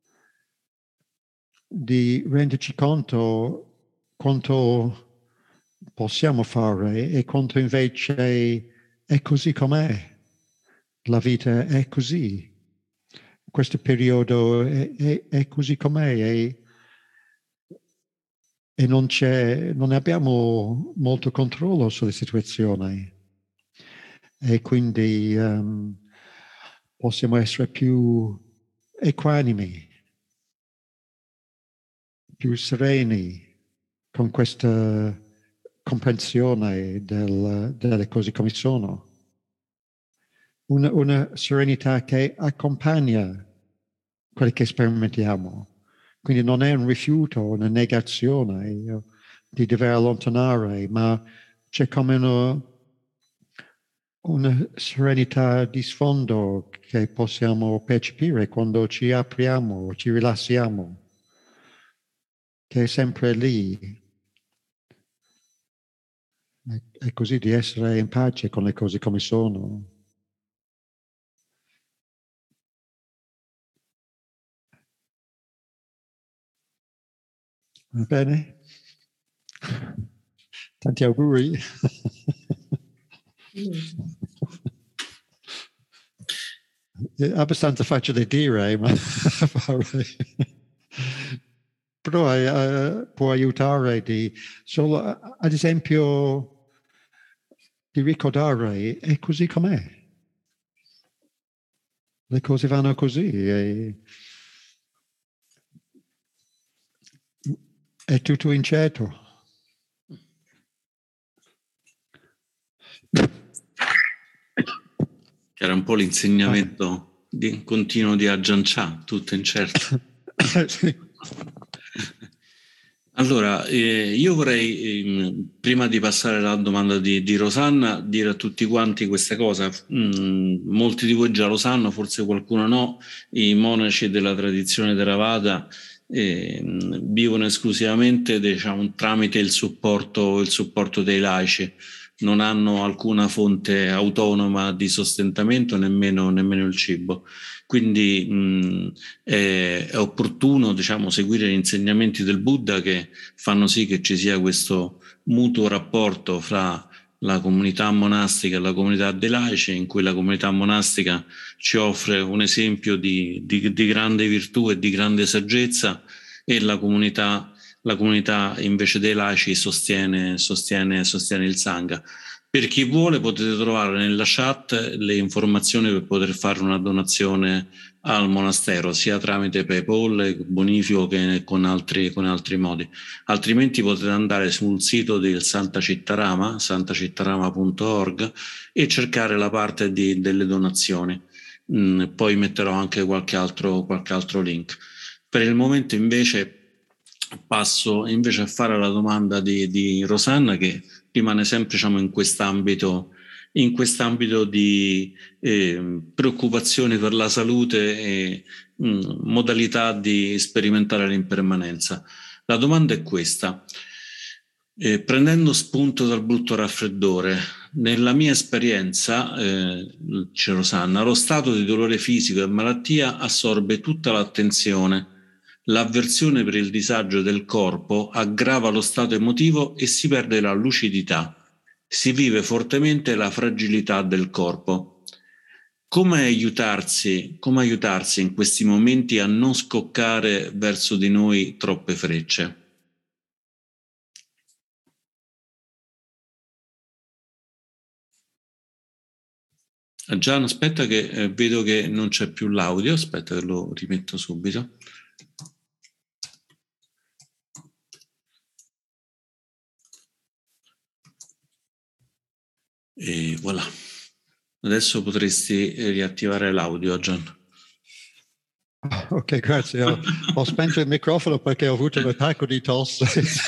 di renderci conto quanto possiamo fare e quanto invece è così com'è. La vita è così. Questo periodo è così com'è e non abbiamo molto controllo sulle situazioni. E quindi possiamo essere più equanimi, più sereni con questa comprensione delle cose come sono. Una serenità che accompagna quello che sperimentiamo. Quindi non è un rifiuto, una negazione di dover allontanare, ma c'è come una serenità di sfondo che possiamo percepire quando ci apriamo, ci rilassiamo, che è sempre lì. È così di essere in pace con le cose come sono. Va bene? Tanti auguri. È abbastanza facile dire, ma però può aiutare solo, ad esempio, di ricordare è così com'è. Le cose vanno così. È tutto incerto. Era un po' l'insegnamento continuo di Ajahn Chah, tutto incerto. Sì. Allora, io vorrei, prima di passare alla domanda di Rosanna, dire a tutti quanti questa cosa. Molti di voi già lo sanno, forse qualcuno no. I monaci della tradizione Theravada vivono esclusivamente, diciamo, tramite il supporto dei laici. Non hanno alcuna fonte autonoma di sostentamento, nemmeno il cibo. Quindi è opportuno, diciamo, seguire gli insegnamenti del Buddha, che fanno sì che ci sia questo mutuo rapporto fra la comunità monastica e la comunità dei laici, in cui la comunità monastica ci offre un esempio di grande virtù e di grande saggezza, e la comunità invece dei laici sostiene il Sangha. Per chi vuole potete trovare nella chat le informazioni per poter fare una donazione al monastero, sia tramite PayPal, bonifico, che con altri modi. Altrimenti potete andare sul sito del Santa Cittarama, santacittarama.org, e cercare la parte delle donazioni. Poi metterò anche qualche altro link. Per il momento invece passo a fare la domanda di Rosanna, che rimane sempre, diciamo, in quest'ambito di preoccupazioni per la salute e modalità di sperimentare l'impermanenza. La domanda è questa: prendendo spunto dal brutto raffreddore, nella mia esperienza, dice Rosanna, lo stato di dolore fisico e malattia assorbe tutta l'attenzione. L'avversione per il disagio del corpo aggrava lo stato emotivo e si perde la lucidità. Si vive fortemente la fragilità del corpo. Come aiutarsi in questi momenti a non scoccare verso di noi troppe frecce? Gian, aspetta che vedo che non c'è più l'audio, aspetta che lo rimetto subito. E voilà. Adesso potresti riattivare l'audio, Gian. Ok, grazie. Ho spento il microfono perché ho avuto un attacco di tosse.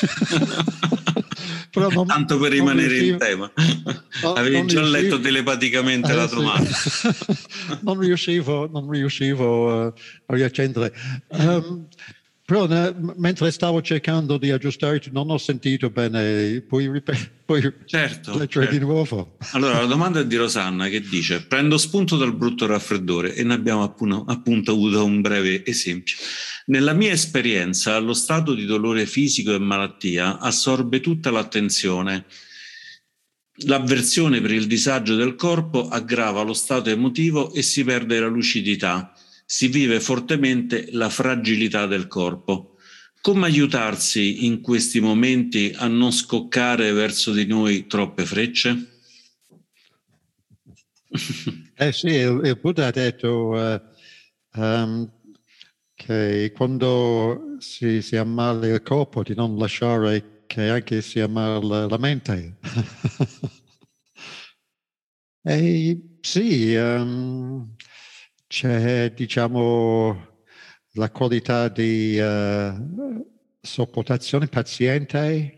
Però tanto per rimanere in tema. Avevi già letto telepaticamente la domanda. non riuscivo a riaccendere. Però mentre stavo cercando di aggiustarti non ho sentito bene. Puoi leggere di nuovo? Allora, la domanda è di Rosanna, che dice: prendo spunto dal brutto raffreddore, e ne abbiamo appunto avuto un breve esempio. Nella mia esperienza, lo stato di dolore fisico e malattia assorbe tutta l'attenzione. L'avversione per il disagio del corpo aggrava lo stato emotivo e si perde la lucidità. Si vive fortemente la fragilità del corpo. Come aiutarsi in questi momenti a non scoccare verso di noi troppe frecce? Sì, il Buddha ha detto che quando si ammala il corpo di non lasciare che anche si ammala la mente. E sì, c'è, diciamo, la qualità di sopportazione paziente,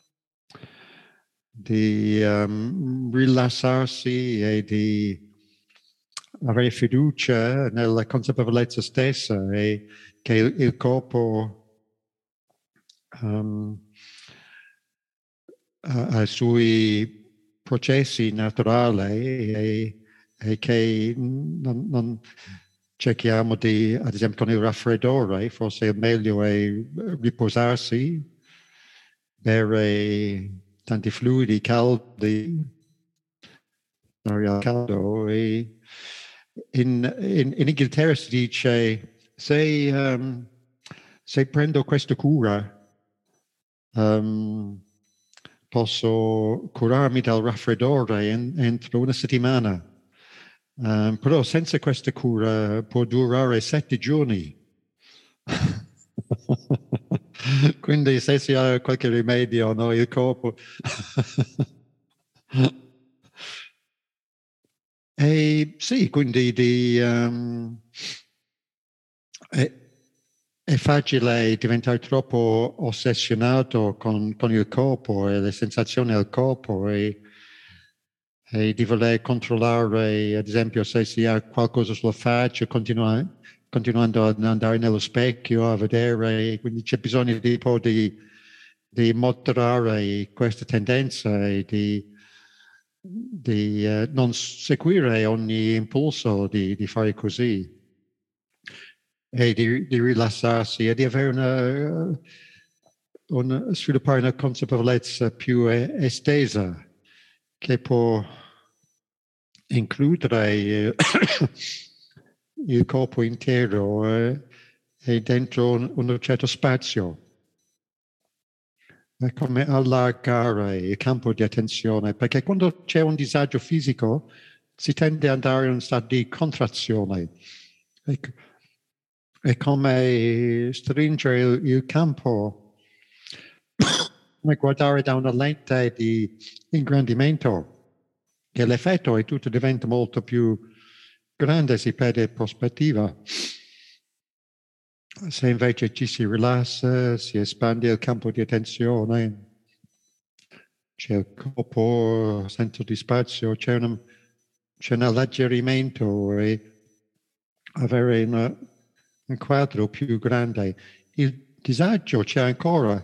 di rilassarsi e di avere fiducia nella consapevolezza stessa e che il corpo ha i suoi processi naturali e che non cerchiamo di, ad esempio con il raffreddore, forse il meglio è riposarsi, bere tanti fluidi caldi, aria caldo. E in Inghilterra si dice: se prendo questa cura, posso curarmi dal raffreddore entro una settimana. Però senza questa cura può durare 7 giorni. Quindi se si ha qualche rimedio, no, il corpo. E sì, quindi è facile diventare troppo ossessionato con il corpo e le sensazioni del corpo e di voler controllare, ad esempio, se si ha qualcosa sulla faccia, continuando ad andare nello specchio a vedere, quindi c'è bisogno di un po' di moderare questa tendenza e di non seguire ogni impulso di fare così e di rilassarsi e di avere sviluppare una consapevolezza più estesa che può includere il corpo intero e dentro un certo spazio. È come allargare il campo di attenzione, perché quando c'è un disagio fisico si tende ad andare in uno stato di contrazione. È come stringere il campo, come guardare da una lente di ingrandimento, che l'effetto è tutto diventa molto più grande, si perde prospettiva. Se invece ci si rilassa, si espande il campo di attenzione, c'è il corpo, senso di spazio, c'è un alleggerimento e avere un quadro più grande. Il disagio c'è ancora,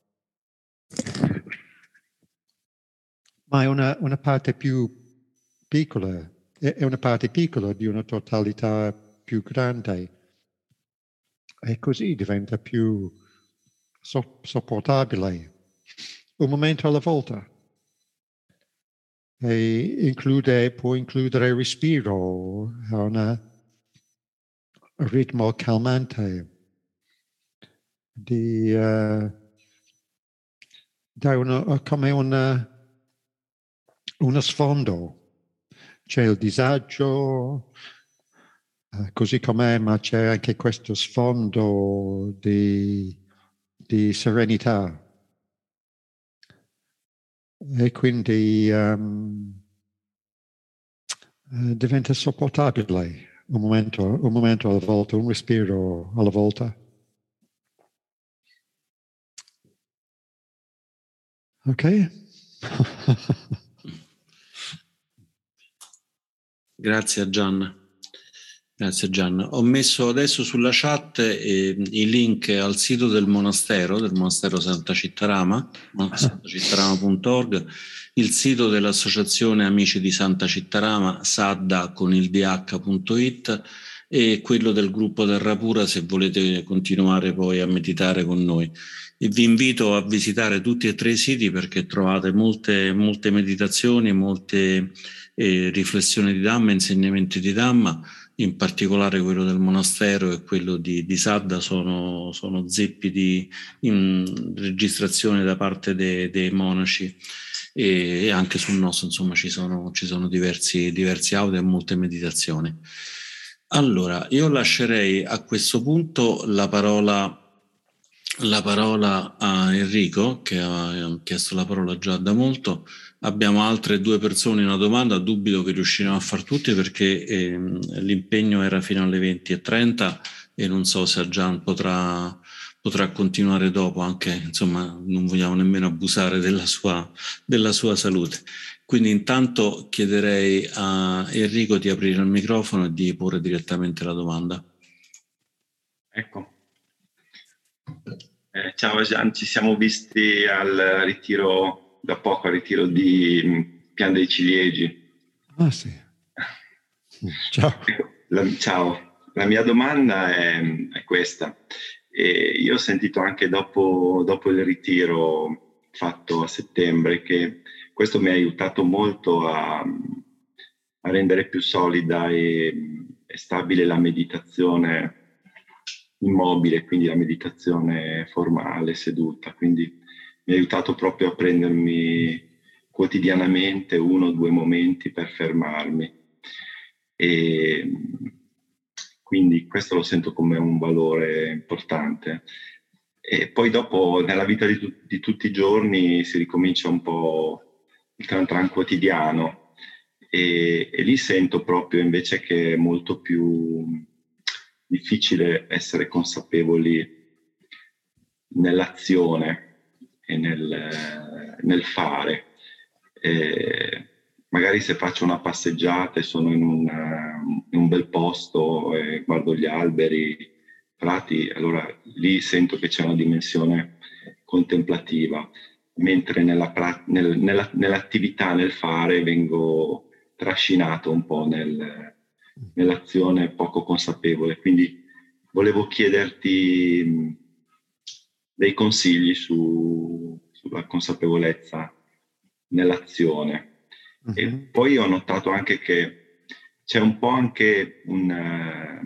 ma è una parte più piccola, è una parte piccola di una totalità più grande. E così diventa più sopportabile, un momento alla volta. E può includere il respiro, un ritmo calmante, di dare come uno sfondo. C'è il disagio, così com'è, ma c'è anche questo sfondo di serenità. E quindi diventa sopportabile un momento alla volta, un respiro alla volta. Ok? Grazie Gian. Grazie Gian. Ho messo adesso sulla chat i link al sito del monastero Santa Cittarama, santacittarama.org, il sito dell'associazione Amici di Santa Cittarama, sadda con il dh.it, e quello del gruppo Terra Pura se volete continuare poi a meditare con noi. E vi invito a visitare tutti e tre i siti perché trovate molte meditazioni, molte riflessioni di Dhamma, insegnamenti di Dhamma. In particolare quello del monastero e quello di Sadda sono zeppi di registrazione da parte dei monaci e anche sul nostro insomma ci sono diversi audio e molte meditazioni. Allora io lascerei a questo punto la parola a Enrico che ha chiesto la parola già da molto. Abbiamo altre 2 persone in una domanda, dubito che riusciremo a far tutti perché l'impegno era fino alle 20:30 e non so se Gian potrà continuare dopo, anche insomma non vogliamo nemmeno abusare della sua salute. Quindi intanto chiederei a Enrico di aprire il microfono e di porre direttamente la domanda. Ecco. Ciao Gian, ci siamo visti al ritiro da poco, al ritiro di Pian dei Ciliegi. Ah sì. Ciao. Ciao, la mia domanda è questa. Io ho sentito anche dopo il ritiro fatto a settembre che questo mi ha aiutato molto a rendere più solida e stabile la meditazione immobile, quindi la meditazione formale, seduta. Quindi mi ha aiutato proprio a prendermi quotidianamente 1 o 2 momenti per fermarmi. E quindi questo lo sento come un valore importante. E poi dopo, nella vita di tutti i giorni, si ricomincia un po' il tran quotidiano e lì sento proprio invece che è molto più difficile essere consapevoli nell'azione e nel fare. Magari se faccio una passeggiata e sono in un bel posto e guardo gli alberi, prati, allora lì sento che c'è una dimensione contemplativa, mentre nell'attività, nel fare, vengo trascinato un po' nell'azione poco consapevole. Quindi volevo chiederti dei consigli sulla consapevolezza nell'azione. E poi ho notato anche che c'è un po' anche una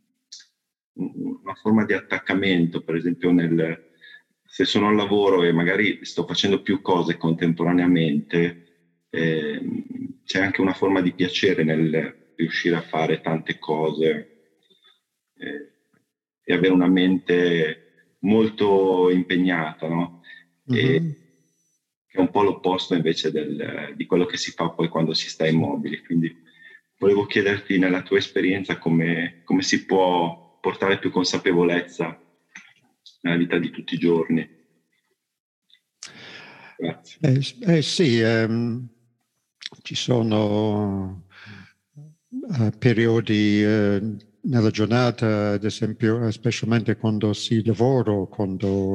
forma di attaccamento, per esempio se sono al lavoro e magari sto facendo più cose contemporaneamente, c'è anche una forma di piacere nel riuscire a fare tante cose e avere una mente molto impegnata, no? Che è un po' l'opposto invece di quello che si fa poi quando si sta immobili. Quindi volevo chiederti, nella tua esperienza, come si può portare più consapevolezza nella vita di tutti i giorni. Grazie. Sì, ci sono periodi nella giornata, ad esempio, specialmente quando si lavora, quando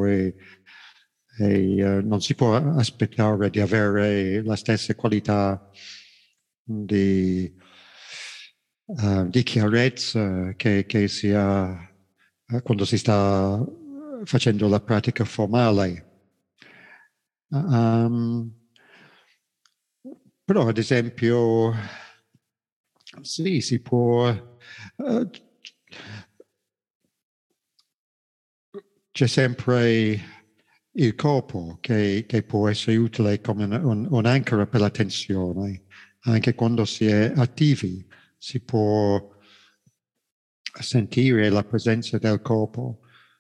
non si può aspettare di avere la stessa qualità di chiarezza che si ha quando si sta facendo la pratica formale. Però, ad esempio, sì, si può... c'è sempre il corpo che può essere utile come un'ancora per l'attenzione. Anche quando si è attivi si può sentire la presenza del corpo.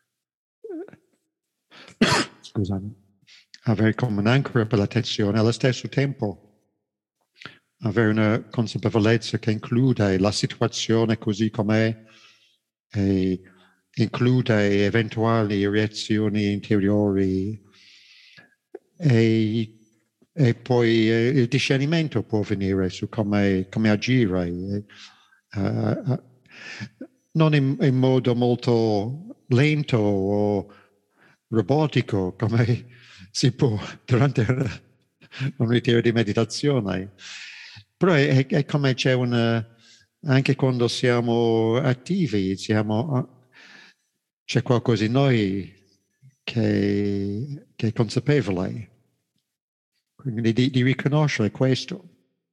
Scusami. Avere come un'ancora per l'attenzione, allo stesso tempo avere una consapevolezza che include la situazione così com'è e include eventuali reazioni interiori e poi il discernimento può venire su come agire, non in modo molto lento o robotico come si può durante un ritiro di meditazione, però è come c'è anche quando siamo attivi, c'è qualcosa in noi che è consapevole, quindi di riconoscere questo.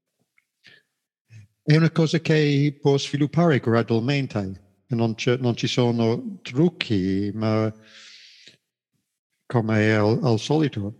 È una cosa che può sviluppare gradualmente, non ci sono trucchi, ma come al solito.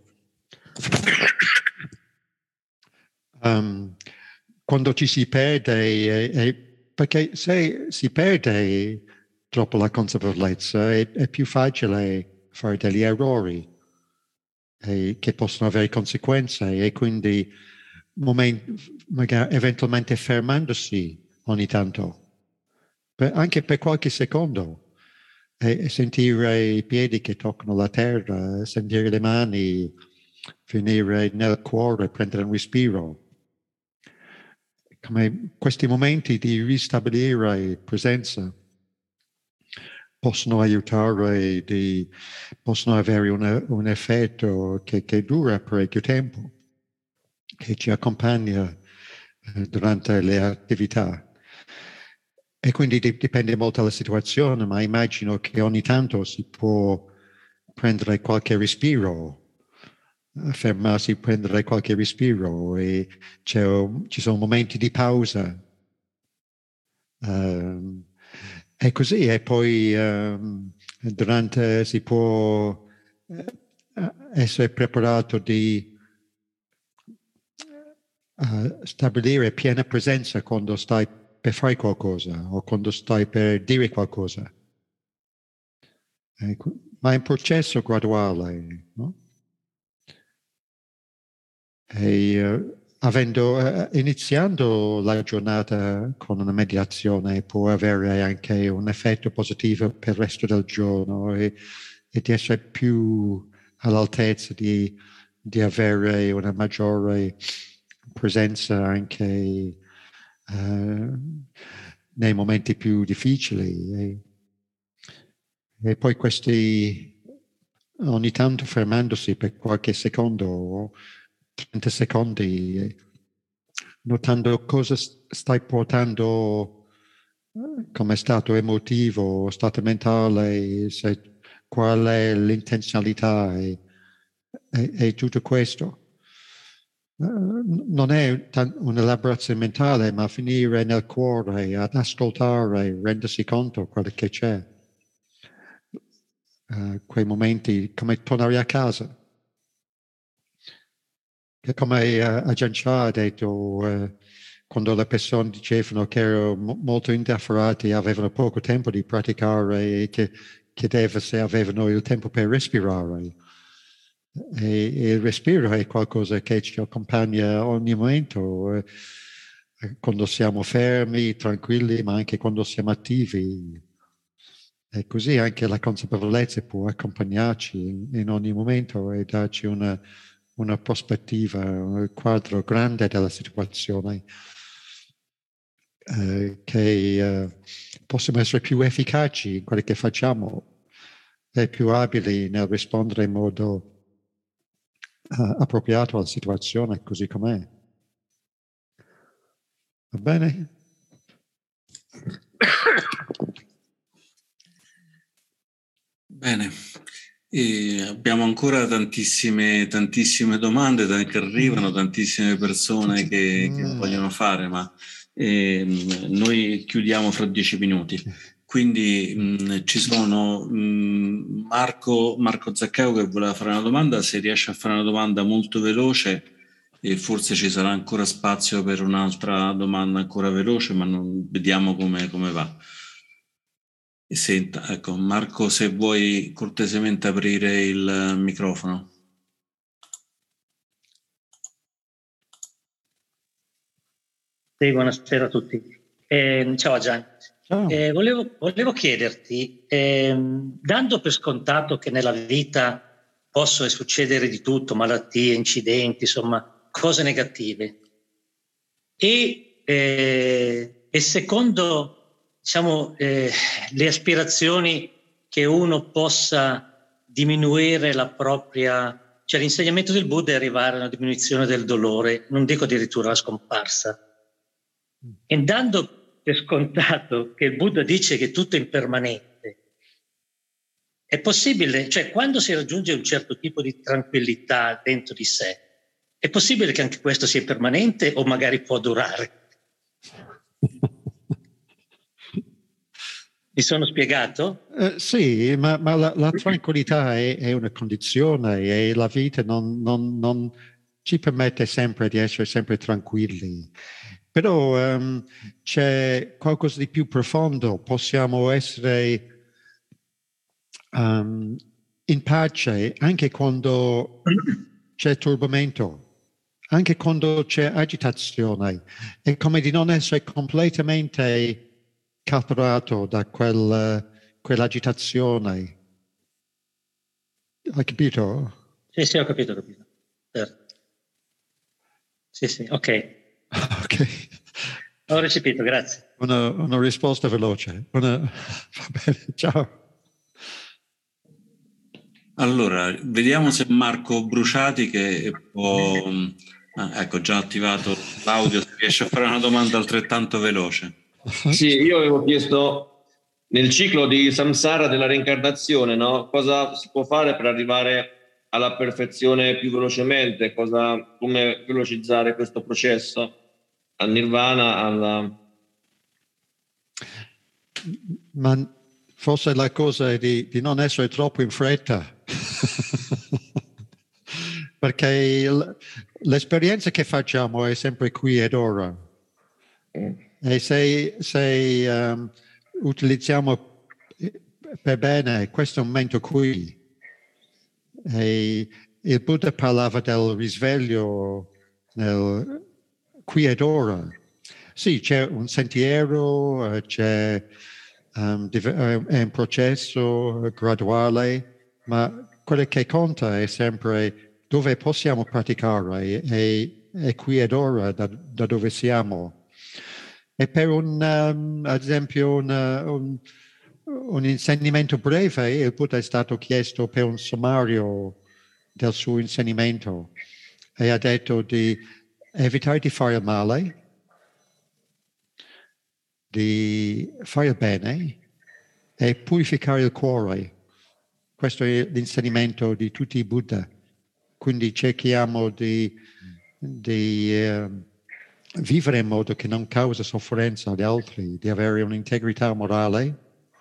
Quando ci si perde, perché se si perde troppo la consapevolezza è più facile fare degli errori che possono avere conseguenze e quindi magari eventualmente fermandosi ogni tanto, anche per qualche secondo, e sentire i piedi che toccano la terra, sentire le mani venire nel cuore, prendere un respiro. Come questi momenti di ristabilire presenza possono aiutare, possono avere un effetto che dura parecchio tempo, che ci accompagna durante le attività. E quindi dipende molto dalla situazione, ma immagino che ogni tanto si può prendere qualche respiro, fermarsi, prendere qualche respiro e ci sono momenti di pausa. E così, e poi si può essere preparato di stabilire piena presenza quando stai per fare qualcosa o quando stai per dire qualcosa. Ma è un processo graduale, no? E iniziando la giornata con una meditazione può avere anche un effetto positivo per il resto del giorno e di essere più all'altezza di avere una maggiore presenza anche nei momenti più difficili. E poi questi ogni tanto fermandosi per qualche secondo, 30 secondi, notando cosa stai portando come stato emotivo, stato mentale, qual è l'intenzionalità e tutto questo. Non è un'elaborazione mentale, ma finire nel cuore, ad ascoltare, rendersi conto di quello che c'è. Quei momenti come tornare a casa. Che come Ajahn Chah ha detto, quando le persone dicevano che erano molto indifferenti, avevano poco tempo di praticare e che chiedeva se avevano il tempo per respirare. E il respiro è qualcosa che ci accompagna ogni momento, quando siamo fermi, tranquilli, ma anche quando siamo attivi. E così anche la consapevolezza può accompagnarci in ogni momento e darci una prospettiva, un quadro grande della situazione, che possiamo essere più efficaci in quello che facciamo e più abili nel rispondere in modo appropriato alla situazione così com'è. Va bene? Bene. E abbiamo ancora tantissime domande che arrivano, tantissime persone che vogliono fare, ma noi chiudiamo fra 10 minuti. Quindi ci sono Marco Zaccao che voleva fare una domanda. Se riesce a fare una domanda molto veloce, e forse ci sarà ancora spazio per un'altra domanda ancora veloce, ma vediamo come va. Senta, ecco, Marco, se vuoi cortesemente aprire il microfono. Sì, buonasera a tutti. Ciao Ajahn. Volevo chiederti, dando per scontato che nella vita possono succedere di tutto, malattie, incidenti, insomma, cose negative, e secondo diciamo, le aspirazioni che uno possa diminuire la propria... Cioè l'insegnamento del Buddha è arrivare a una diminuzione del dolore, non dico addirittura la scomparsa. E dando per scontato che il Buddha dice che tutto è impermanente, è possibile, cioè quando si raggiunge un certo tipo di tranquillità dentro di sé, è possibile che anche questo sia permanente o magari può durare? Mi sono spiegato? Sì, ma la tranquillità è una condizione e la vita non ci permette sempre di essere sempre tranquilli. Però c'è qualcosa di più profondo. Possiamo essere in pace anche quando c'è turbamento, anche quando c'è agitazione. È come di non essere completamente catturato da quell'agitazione. Hai capito? Sì, ho capito. Sì, ok. Ok. Ho recepito, grazie. Una risposta veloce. Va bene, ciao. Allora, vediamo se Marco Bruciati che può... ecco, già attivato l'audio, se riesce a fare una domanda altrettanto veloce. Sì, io avevo chiesto nel ciclo di samsara della reincarnazione, no? Cosa si può fare per arrivare alla perfezione più velocemente? Come velocizzare questo processo al nirvana? Ma forse la cosa è di non essere troppo in fretta. Perché l'esperienza che facciamo è sempre qui ed ora. E se utilizziamo per bene questo momento qui, e il Buddha parlava del risveglio qui ed ora. Sì, c'è un sentiero, è un processo graduale, ma quello che conta è sempre dove possiamo praticare e qui ed ora da dove siamo. E per ad esempio un insegnamento breve, il Buddha è stato chiesto per un sommario del suo insegnamento e ha detto di evitare di fare male, di fare bene e purificare il cuore. Questo è l'insegnamento di tutti i Buddha. Quindi cerchiamo di vivere in modo che non causa sofferenza agli altri, di avere un'integrità morale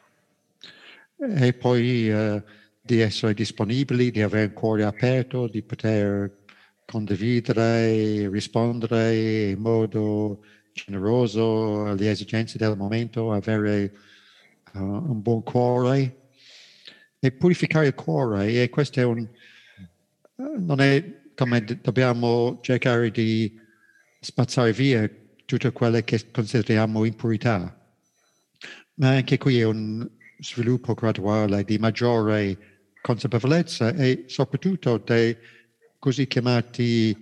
e poi di essere disponibili, di avere un cuore aperto, di poter condividere, rispondere in modo generoso alle esigenze del momento, avere un buon cuore e purificare il cuore. E questo è non è come dobbiamo cercare di spazzare via tutte quelle che consideriamo impurità, ma anche qui è un sviluppo graduale di maggiore consapevolezza e soprattutto dei così chiamati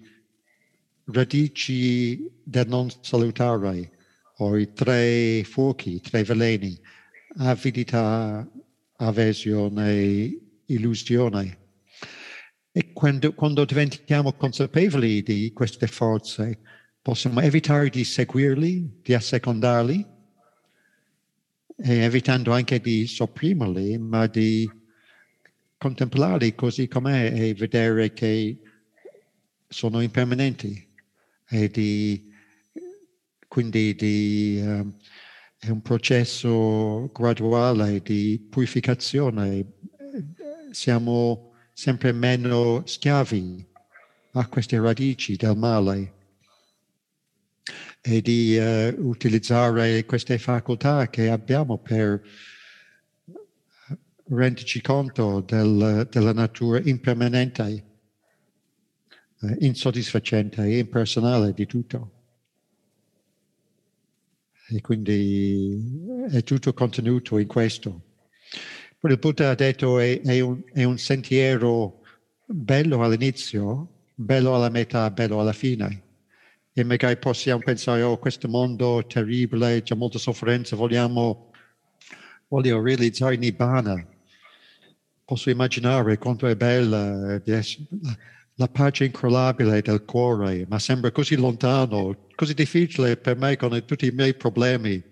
radici del non salutare, o i 3 fuochi, 3 veleni: avidità, avversione, illusione. E quando diventiamo consapevoli di queste forze, possiamo evitare di seguirli, di assecondarli, e evitando anche di sopprimerli, ma di contemplarli così com'è e vedere che sono impermanenti. E quindi è un processo graduale di purificazione. Siamo sempre meno schiavi a queste radici del male e di utilizzare queste facoltà che abbiamo per renderci conto della natura impermanente, insoddisfacente e impersonale di tutto. E quindi è tutto contenuto in questo. Poi il Buddha ha detto è un sentiero bello all'inizio, bello alla metà, bello alla fine. E magari possiamo pensare, questo mondo terribile, c'è molta sofferenza, voglio realizzare Nibbana. Posso immaginare quanto è bella la pace incrollabile del cuore, ma sembra così lontano, così difficile per me con tutti i miei problemi.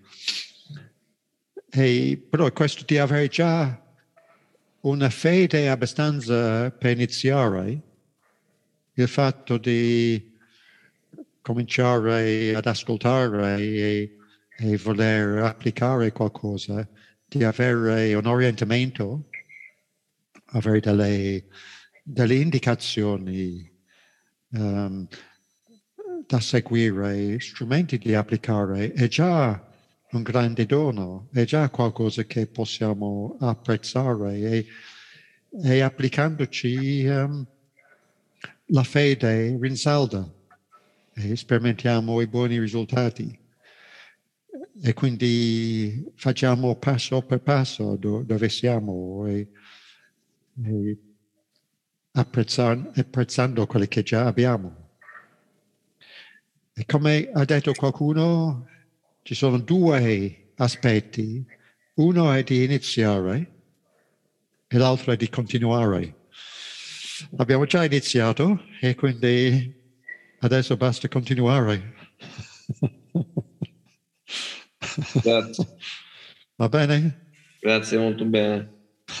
Però questo di avere già una fede abbastanza per iniziare, il fatto di cominciare ad ascoltare e voler applicare qualcosa, di avere un orientamento, avere delle indicazioni da seguire, strumenti di applicare, è già un grande dono, è già qualcosa che possiamo apprezzare e applicandoci la fede rinsalda e sperimentiamo i buoni risultati e quindi facciamo passo per passo dove siamo e apprezzando quello che già abbiamo. E come ha detto qualcuno, ci sono 2 aspetti. Uno è di iniziare e l'altro è di continuare. Abbiamo già iniziato e quindi adesso basta continuare. Grazie. Va bene? Grazie, molto bene.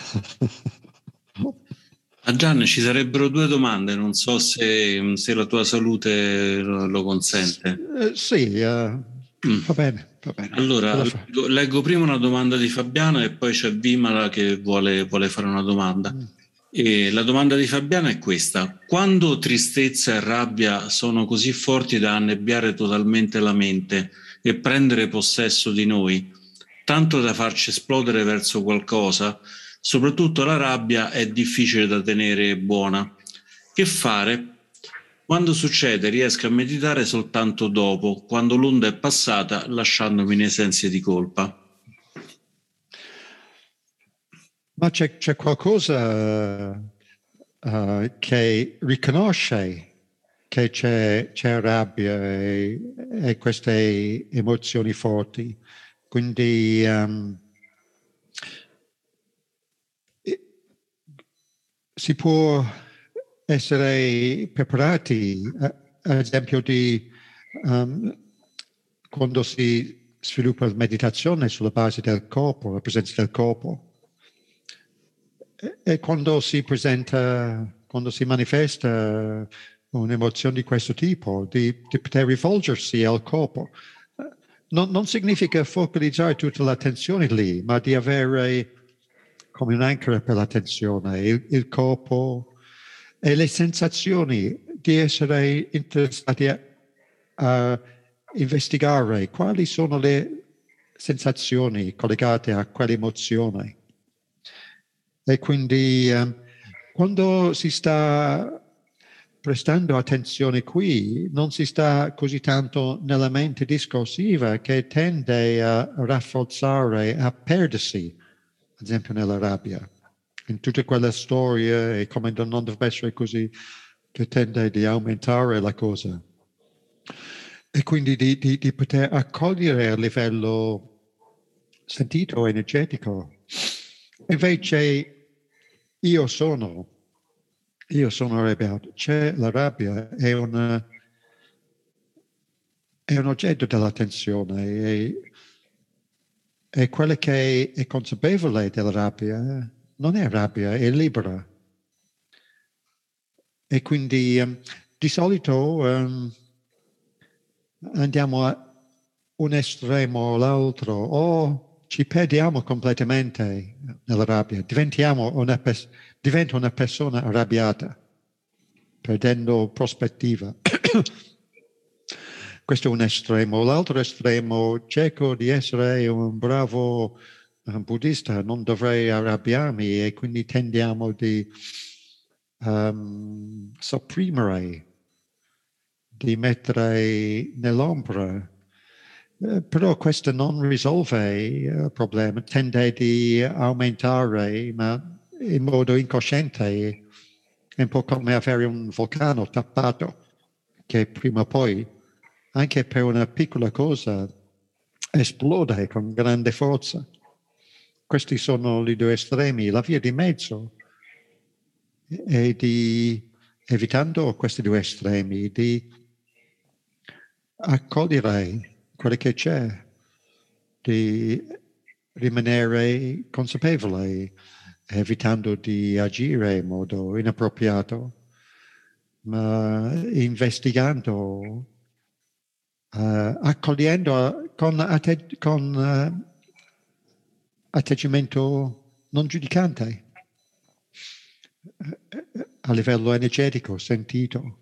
A Gian, ci sarebbero 2 domande, non so se la tua salute lo consente. Sì, va bene. Allora, leggo prima una domanda di Fabiana e poi c'è Vimala che vuole fare una domanda. E la domanda di Fabiana è questa: quando tristezza e rabbia sono così forti da annebbiare totalmente la mente e prendere possesso di noi, tanto da farci esplodere verso qualcosa, soprattutto la rabbia è difficile da tenere buona. Che fare? Quando succede riesco a meditare soltanto dopo, quando l'onda è passata, lasciandomi nei sensi di colpa. Ma c'è qualcosa che riconosce che c'è rabbia e queste emozioni forti. Quindi si può essere preparati, ad esempio, quando si sviluppa la meditazione sulla base del corpo, la presenza del corpo. E quando si manifesta un'emozione di questo tipo, di poter rivolgersi al corpo. Non significa focalizzare tutta l'attenzione lì, ma di avere come un'ancora per l'attenzione il corpo e le sensazioni, di essere interessati a investigare quali sono le sensazioni collegate a quell'emozione. E quindi quando si sta prestando attenzione qui, non si sta così tanto nella mente discorsiva che tende a rafforzare, a perdersi, ad esempio nella rabbia, in tutta quella storia, e come non deve essere così, che tende di aumentare la cosa. E quindi di poter accogliere a livello sentito, energetico. Invece io sono arrabbiato. C'è la rabbia, è un oggetto dell'attenzione e quella che è consapevole della rabbia non è rabbia, è libera. E quindi di solito andiamo a un estremo o l'altro, o ci perdiamo completamente nella rabbia, divento una persona arrabbiata, perdendo prospettiva. Questo è un estremo. L'altro estremo, cerco di essere un bravo buddista, non dovrei arrabbiarmi, e quindi tendiamo di sopprimere, di mettere nell'ombra. Però questo non risolve il problema, tende di aumentare, ma in modo incosciente. È un po' come avere un vulcano tappato, che prima o poi, anche per una piccola cosa, esplode con grande forza. Questi sono i due estremi. La via di mezzo è evitando questi due estremi, di accogliere quello che c'è, di rimanere consapevole, evitando di agire in modo inappropriato, ma investigando, accogliendo con atteggiamento non giudicante, a livello energetico, sentito.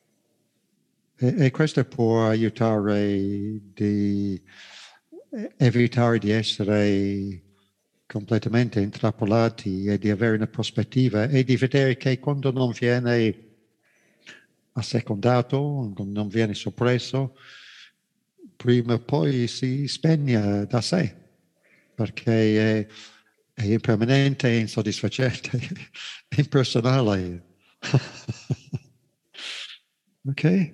E questo può aiutare di evitare di essere completamente intrappolati e di avere una prospettiva e di vedere che quando non viene assecondato, non viene soppresso, prima o poi si spegne da sé, perché è impermanente, è insoddisfacente, è impersonale. Ok?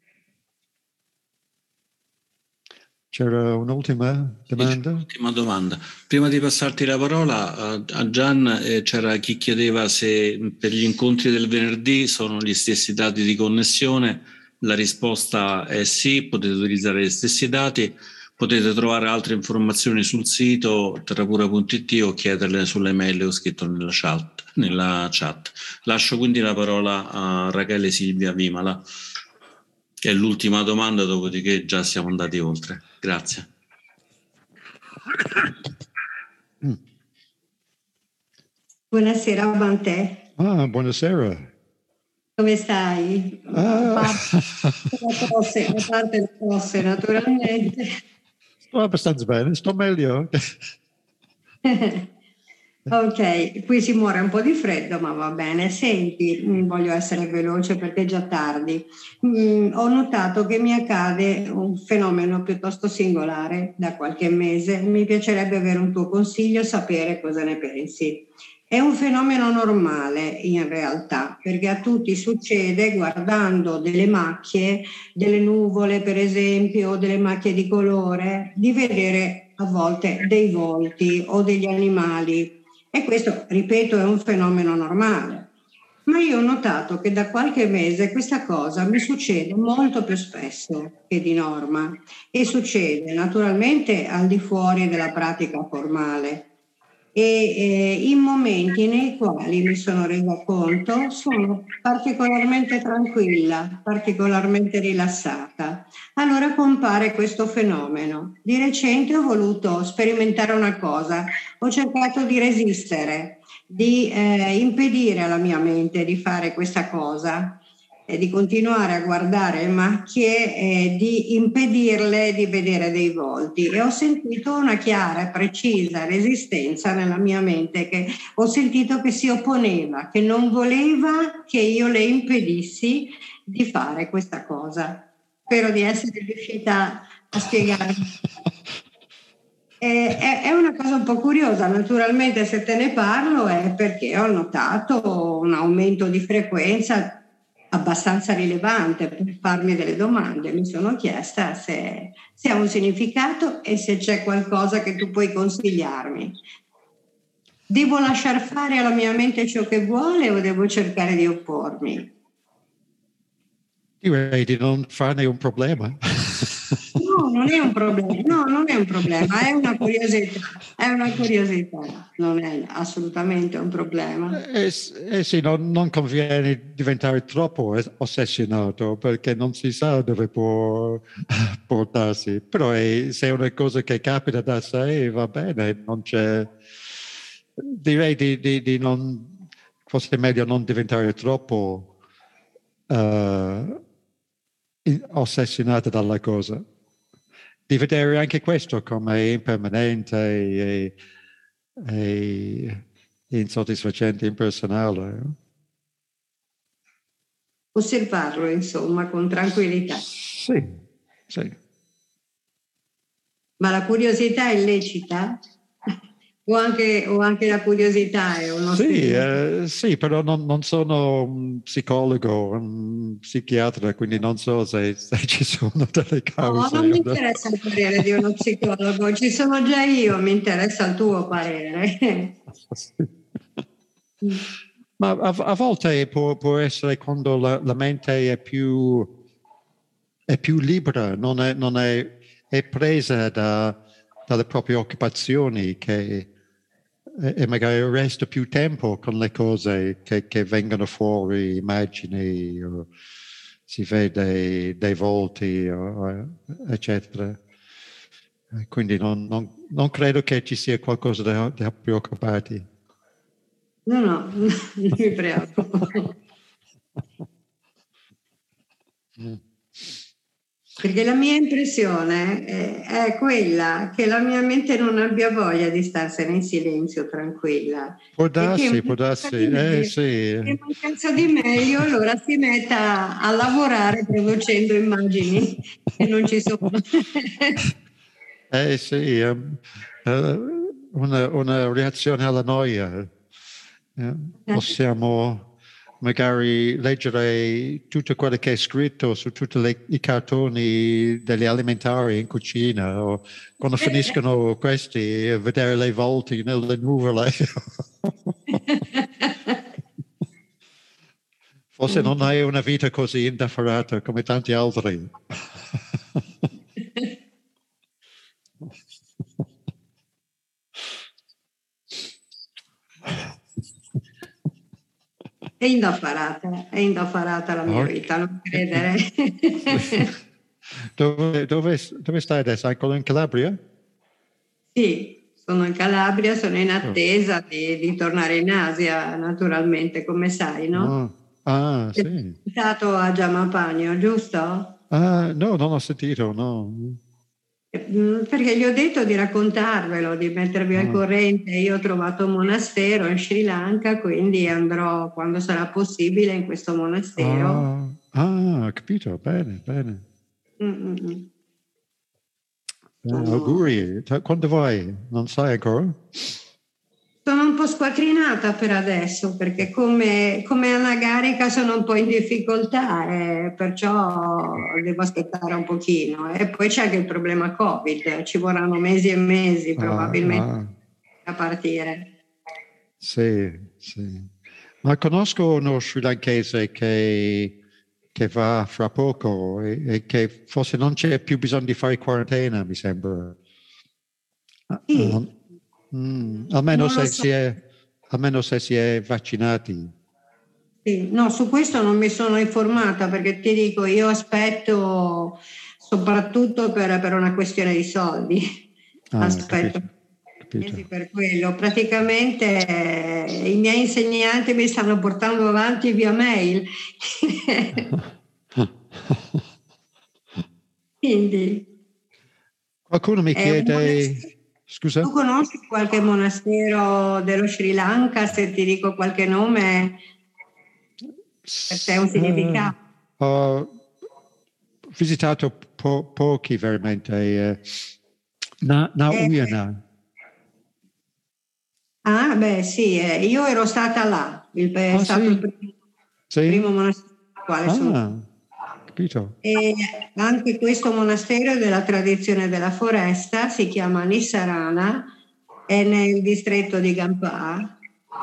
C'era un'ultima domanda? Ultima domanda. Prima di passarti la parola a Gian, c'era chi chiedeva se per gli incontri del venerdì sono gli stessi dati di connessione. La risposta è sì, potete utilizzare gli stessi dati, potete trovare altre informazioni sul sito terrapura.it o chiederle sulle mail che ho scritto nella chat. Lascio quindi la parola a Rachele Silvia Vimala. È l'ultima domanda, dopodiché già siamo andati oltre. Grazie. Buonasera Bante. Ah, buonasera. Come stai? A parte la tosse, naturalmente. Sto abbastanza bene, sto meglio. Ok, qui si muore un po' di freddo, ma va bene. Senti, voglio essere veloce perché è già tardi. Ho notato che mi accade un fenomeno piuttosto singolare da qualche mese. Mi piacerebbe avere un tuo consiglio, sapere cosa ne pensi. È un fenomeno normale in realtà, perché a tutti succede guardando delle macchie, delle nuvole per esempio, o delle macchie di colore, di vedere a volte dei volti o degli animali. E questo, ripeto, è un fenomeno normale. Ma io ho notato che da qualche mese questa cosa mi succede molto più spesso che di norma e succede naturalmente al di fuori della pratica formale. In momenti nei quali mi sono resa conto sono particolarmente tranquilla, particolarmente rilassata. Allora compare questo fenomeno. Di recente ho voluto sperimentare una cosa, ho cercato di resistere, di impedire alla mia mente di fare questa cosa, di continuare a guardare macchie, di impedirle di vedere dei volti, e ho sentito una chiara e precisa resistenza nella mia mente, che ho sentito che si opponeva, che non voleva che io le impedissi di fare questa cosa. Spero di essere riuscita a spiegare. È una cosa un po' curiosa, naturalmente se te ne parlo è perché ho notato un aumento di frequenza abbastanza rilevante. Per farmi delle domande mi sono chiesta se ha un significato e se c'è qualcosa che tu puoi consigliarmi. Devo lasciar fare alla mia mente ciò che vuole o devo cercare di oppormi? Direi di non farne un problema. No, non è un problema, no, non è un problema, è una curiosità, non è assolutamente un problema. Sì, non conviene diventare troppo ossessionato perché non si sa dove può portarsi, però se è una cosa che capita da sé va bene, non c'è. Direi di non, forse è meglio non diventare troppo ossessionato dalla cosa. Di vedere anche questo come impermanente e insoddisfacente, impersonale. Osservarlo, insomma, con tranquillità. Sì, sì. Ma la curiosità è lecita? O anche la curiosità è uno sì, però non sono un psicologo, un psichiatra, quindi non so se ci sono delle cause. No, non mi interessa il parere di uno psicologo, ci sono già io, mi interessa il tuo parere. Ma a volte può essere quando la mente è più libera, non è presa dalle proprie occupazioni e magari resta più tempo con le cose che vengono fuori, immagini, o si vede dei volti, eccetera. Quindi non credo che ci sia qualcosa da preoccuparti. No, non mi preoccupo. Perché la mia impressione è quella che la mia mente non abbia voglia di starsene in silenzio, tranquilla. Può darsi. Sì. In mancanza di meglio, allora si metta a lavorare producendo immagini che non ci sono. Sì, una reazione alla noia. Possiamo magari leggere tutto quello che è scritto su tutti i cartoni degli alimentari in cucina, o quando finiscono questi vedere le volti nelle nuvole. Forse non hai una vita così indaffarata come tanti altri. È indaffarata la mia vita, non credere. Dove stai adesso? Ancora in Calabria? Sì, sono in Calabria, sono in attesa di tornare in Asia, naturalmente, come sai, no? Sì. Sei stato a Giampagno, giusto? No, non ho sentito, no. Perché gli ho detto di raccontarvelo, di mettervi al corrente. Io ho trovato un monastero in Sri Lanka, quindi andrò quando sarà possibile in questo monastero. Capito, bene. Auguri. Quando vai? Non sai ancora? Sono un po' squattrinata per adesso, perché come Anna Garica sono un po' in difficoltà, perciò devo aspettare un pochino. E poi c'è anche il problema Covid, ci vorranno mesi e mesi probabilmente a partire. Sì. Ma conosco uno srilankese che va fra poco e che forse non c'è più bisogno di fare quarantena, mi sembra. Sì. Almeno se si è vaccinati. Sì, no, su questo non mi sono informata, perché ti dico, io aspetto soprattutto per una questione di soldi. Aspetto. Capito. Per quello. Praticamente i miei insegnanti mi stanno portando avanti via mail. Quindi, qualcuno mi chiede... Scusa? Tu conosci qualche monastero dello Sri Lanka? Se ti dico qualche nome, per te è un significato? Ho visitato pochi veramente. Uyana. Beh sì, io ero stata là, è stato il primo monastero al quale sono. Capito. E anche questo monastero è della tradizione della foresta, si chiama Nisarana, è nel distretto di Gampar.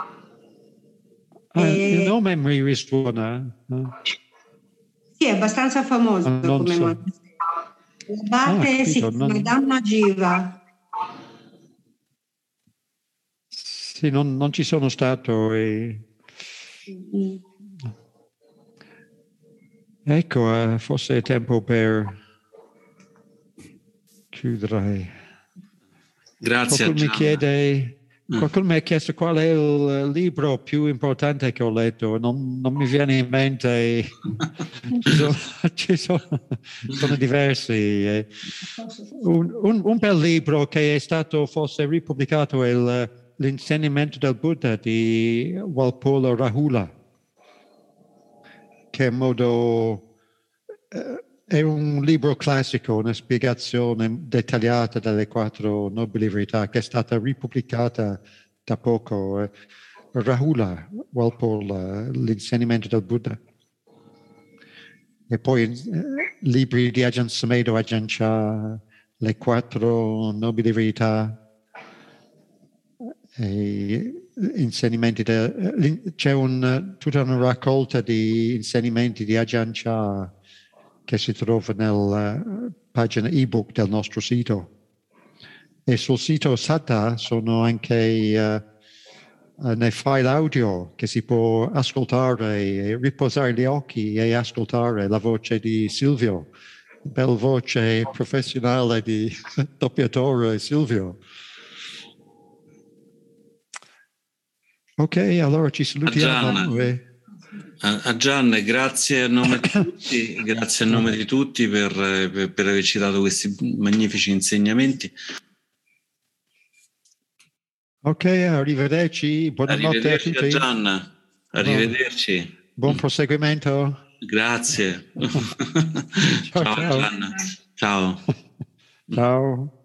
Il nome mi risuona. Sì, è abbastanza famoso come monastero. L'abate si chiama Dhammajiva. Sì, non ci sono stato. Ecco, forse è tempo per chiudere. Grazie. Qualcuno mi ha chiesto qual è il libro più importante che ho letto. Non mi viene in mente. Sono diversi. Un bel libro che è stato forse ripubblicato è L'insegnamento del Buddha di Walpola Rahula, che è un libro classico, una spiegazione dettagliata delle 4 nobili verità, che è stata ripubblicata da poco. Rahula, Walpola, L'insegnamento del Buddha. E poi libri di Ajahn Sumedho, Ajahn Chah, le 4 nobili verità, e insegnamenti. C'è tutta una raccolta di insegnamenti di Ajahn Chah che si trova nella pagina ebook del nostro sito. E sul sito Saddha sono anche nei file audio che si può ascoltare, riposare gli occhi e ascoltare la voce di Silvio, bella voce professionale di doppiatore Silvio. Ok, allora ci salutiamo. A Gian, grazie a nome di tutti, per averci dato questi magnifici insegnamenti. Ok, arrivederci, buonanotte a tutti. A Gian, arrivederci. Buon proseguimento. Grazie. Ciao. Ciao Gian. Ciao. Ciao.